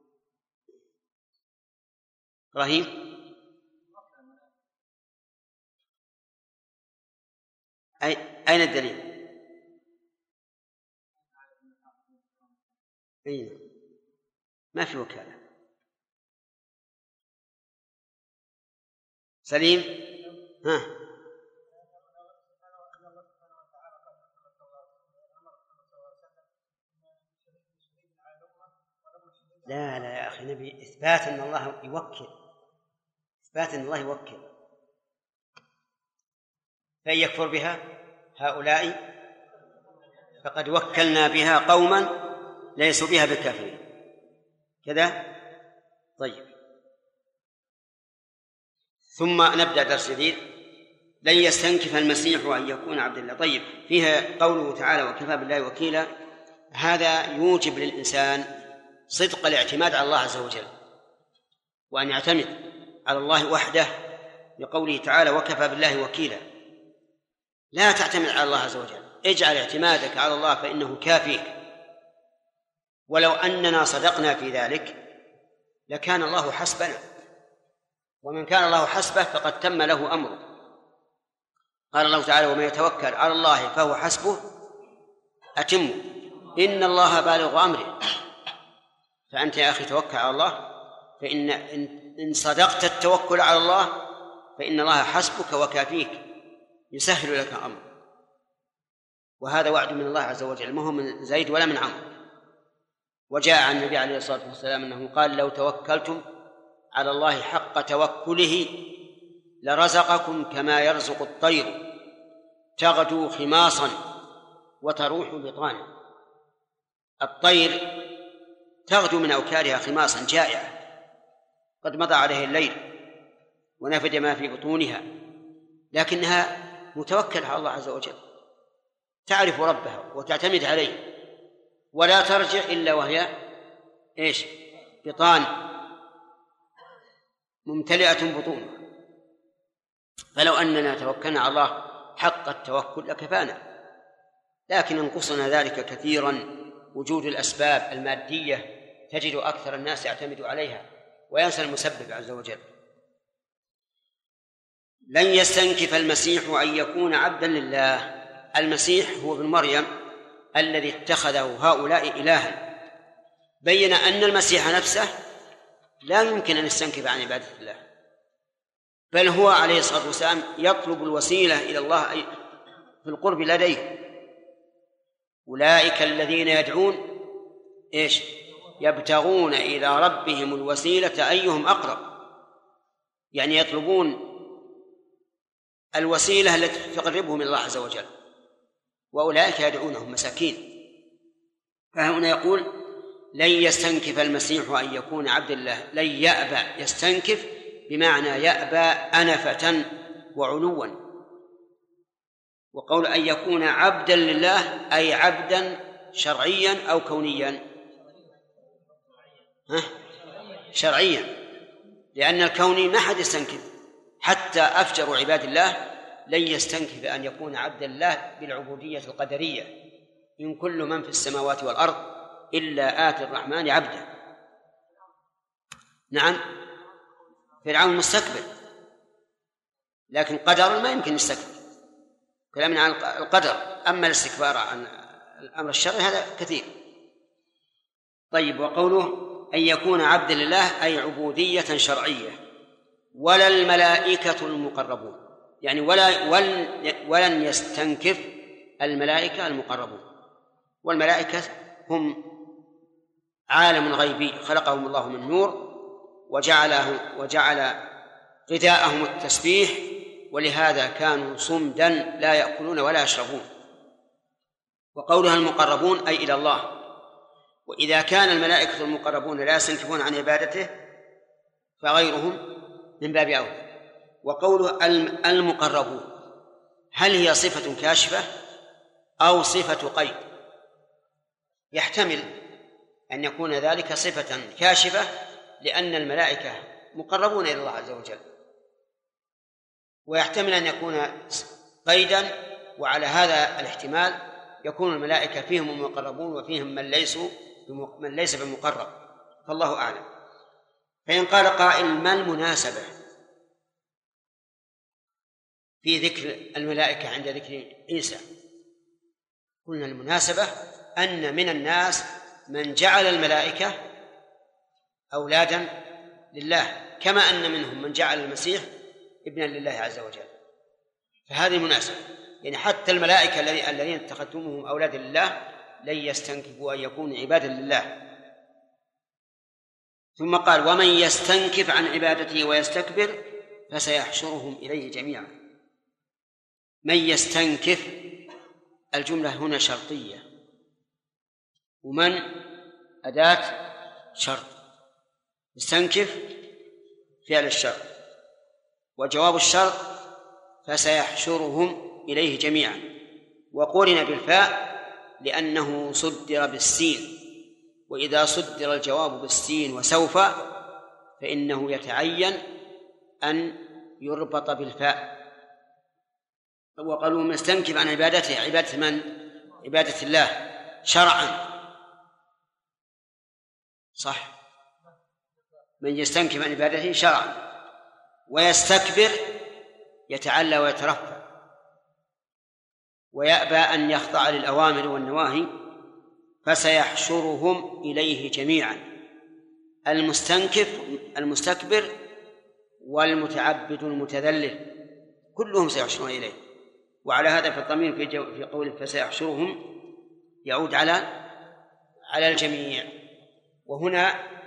إبراهيم؟ أي أين الدليل؟ أين؟ ما في وكالة. سليم؟ ها؟ لا لا يا أخي، نبي إثبات أن الله يوكل، إثبات أن الله يوكل. فإن يكفر بها هؤلاء فقد وكلنا بها قوما ليسوا بها بالكافرين. كذا؟ طيب، ثم نبدأ درس جديد. لن يستنكف المسيح أن يكون عبد الله. طيب، فيها قوله تعالى وكفى بالله وكيلا، هذا يوجب للإنسان صدق الاعتماد على الله عز وجل، وأن يعتمد على الله وحده، لقوله تعالى وكفى بالله وكيلا. لا تعتمد على الله عز وجل، اجعل اعتمادك على الله فإنه كافيك. ولو أننا صدقنا في ذلك لكان الله حسبنا، ومن كان الله حسبه فقد تم له أمره. قال الله تعالى ومن يتوكل على الله فهو حسبه أتم إن الله بالغ أمره. فأنت يا أخي توكل على الله، فإن إن صدقت التوكل على الله فإن الله حسبك وكافيك، يسهل لك أمر. وهذا وعد من الله عز وجل، ما هو من زيد ولا من عمرو. وجاء عن النبي عليه الصلاة والسلام أنه قال لو توكلتم على الله حق توكله لرزقكم كما يرزق الطير تغدو خماصا وتروح بطانا. الطير تغدو من أوكارها خماصا جائعة، قد مضى عليه الليل ونفد ما في بطونها، لكنها متوكلة على الله عز وجل، تعرف ربها وتعتمد عليه، ولا ترجع إلا وهي إيش؟ بطان ممتلئة بطون. فلو أننا توكلنا على الله حق التوكل لكفانا، لكن ينقصنا ذلك كثيرا وجود الأسباب المادية، تجد أكثر الناس يعتمد عليها وينسى المسبب عز وجل. لن يستنكف المسيح أن يكون عبدا لله. المسيح هو ابن مريم الذي اتخذه هؤلاء إلها، بين أن المسيح نفسه لا يمكن أن يستنكف عن عبادة الله، بل هو عليه الصلاة والسلام يطلب الوسيلة إلى الله في القرب لديه. أولئك الذين يدعون إيش؟ يبتغون إلى ربهم الوسيلة أيهم أقرب، يعني يطلبون الوسيلة التي تقربهم من الله عز وجل، وأولئك يدعونهم مساكين. فهنا يقول لن يستنكف المسيح أن يكون عبد الله، لن يأبى، يستنكف بمعنى يأبى أنفة وعلوا. وقول أن يكون عبدا لله أي عبدا شرعيا أو كونيا؟ ها؟ شرعيا، لأن الكوني ما حد يستنكف، حتى أفجر عباد الله لن يستنكف أن يكون عبدا الله بالعبودية القدرية، إن كل من في السماوات والأرض إلا آتي الرحمن عبدا. نعم، فرعون مستكبر، لكن قدرا ما يمكن يستكبر، كلامنا عن القدر. أما الاستكبار عن الأمر الشرعي هذا كثير. طيب، وقوله أن يكون عبدا لله أي عبودية شرعية. ولا الملائكة المقربون، يعني ولا ولن يستنكف الملائكة المقربون. والملائكة هم عالم غيبي خلقهم الله من نور وجعله وجعل غذاءهم التسبيح، ولهذا كانوا صمدا لا يأكلون ولا يشربون. وقولها المقربون أي إلى الله. وإذا كان الملائكة المقربون لا يستنكفون عن عبادته فغيرهم من باب أولى. وقوله المقربون هل هي صفة كاشفة أو صفة قيد؟ يحتمل أن يكون ذلك صفة كاشفة لأن الملائكة مقربون إلى الله عز وجل، ويحتمل أن يكون قيدا، وعلى هذا الاحتمال يكون الملائكة فيهم المقربون وفيهم من ليسوا من ليس بمقرب، فالله أعلم. فإن قال قائل ما المناسبة في ذكر الملائكة عند ذكر عيسى؟ قلنا المناسبة أن من الناس من جعل الملائكة أولادا لله، كما أن منهم من جعل المسيح ابنا لله عز وجل. فهذه مناسبة، يعني حتى الملائكة الذين اتخذتموهم أولادا لله لن يستنكفوا أن يكونوا عبادا لله. ثم قال ومن يستنكف عن عبادته ويستكبر فسيحشرهم إليه جميعا. من يستنكف الجملة هنا شرطية، ومن أداة شرط، يستنكف فعل الشرط، وجواب الشرط فسيحشرهم إليه جميعا، وقرن بالفاء لأنه صدر بالسين، وإذا صدر الجواب بالسين وسوف فإنه يتعين أن يربط بالفاء. وقالوا من يستنكف عن عبادته، عبادة من؟ عبادة الله شرعا، صح، من يستنكف عن عبادته شرعا، ويستكبر يتعلى ويترفع ويأبى أن يخضع للأوامر والنواهي، فسيحشرهم إليه جميعا، المستنكف المستكبر والمتعبد المتذلل كلهم سيحشرون إليه. وعلى هذا في الضمير في, جو في قوله فسيحشرهم يعود على على الجميع. وهنا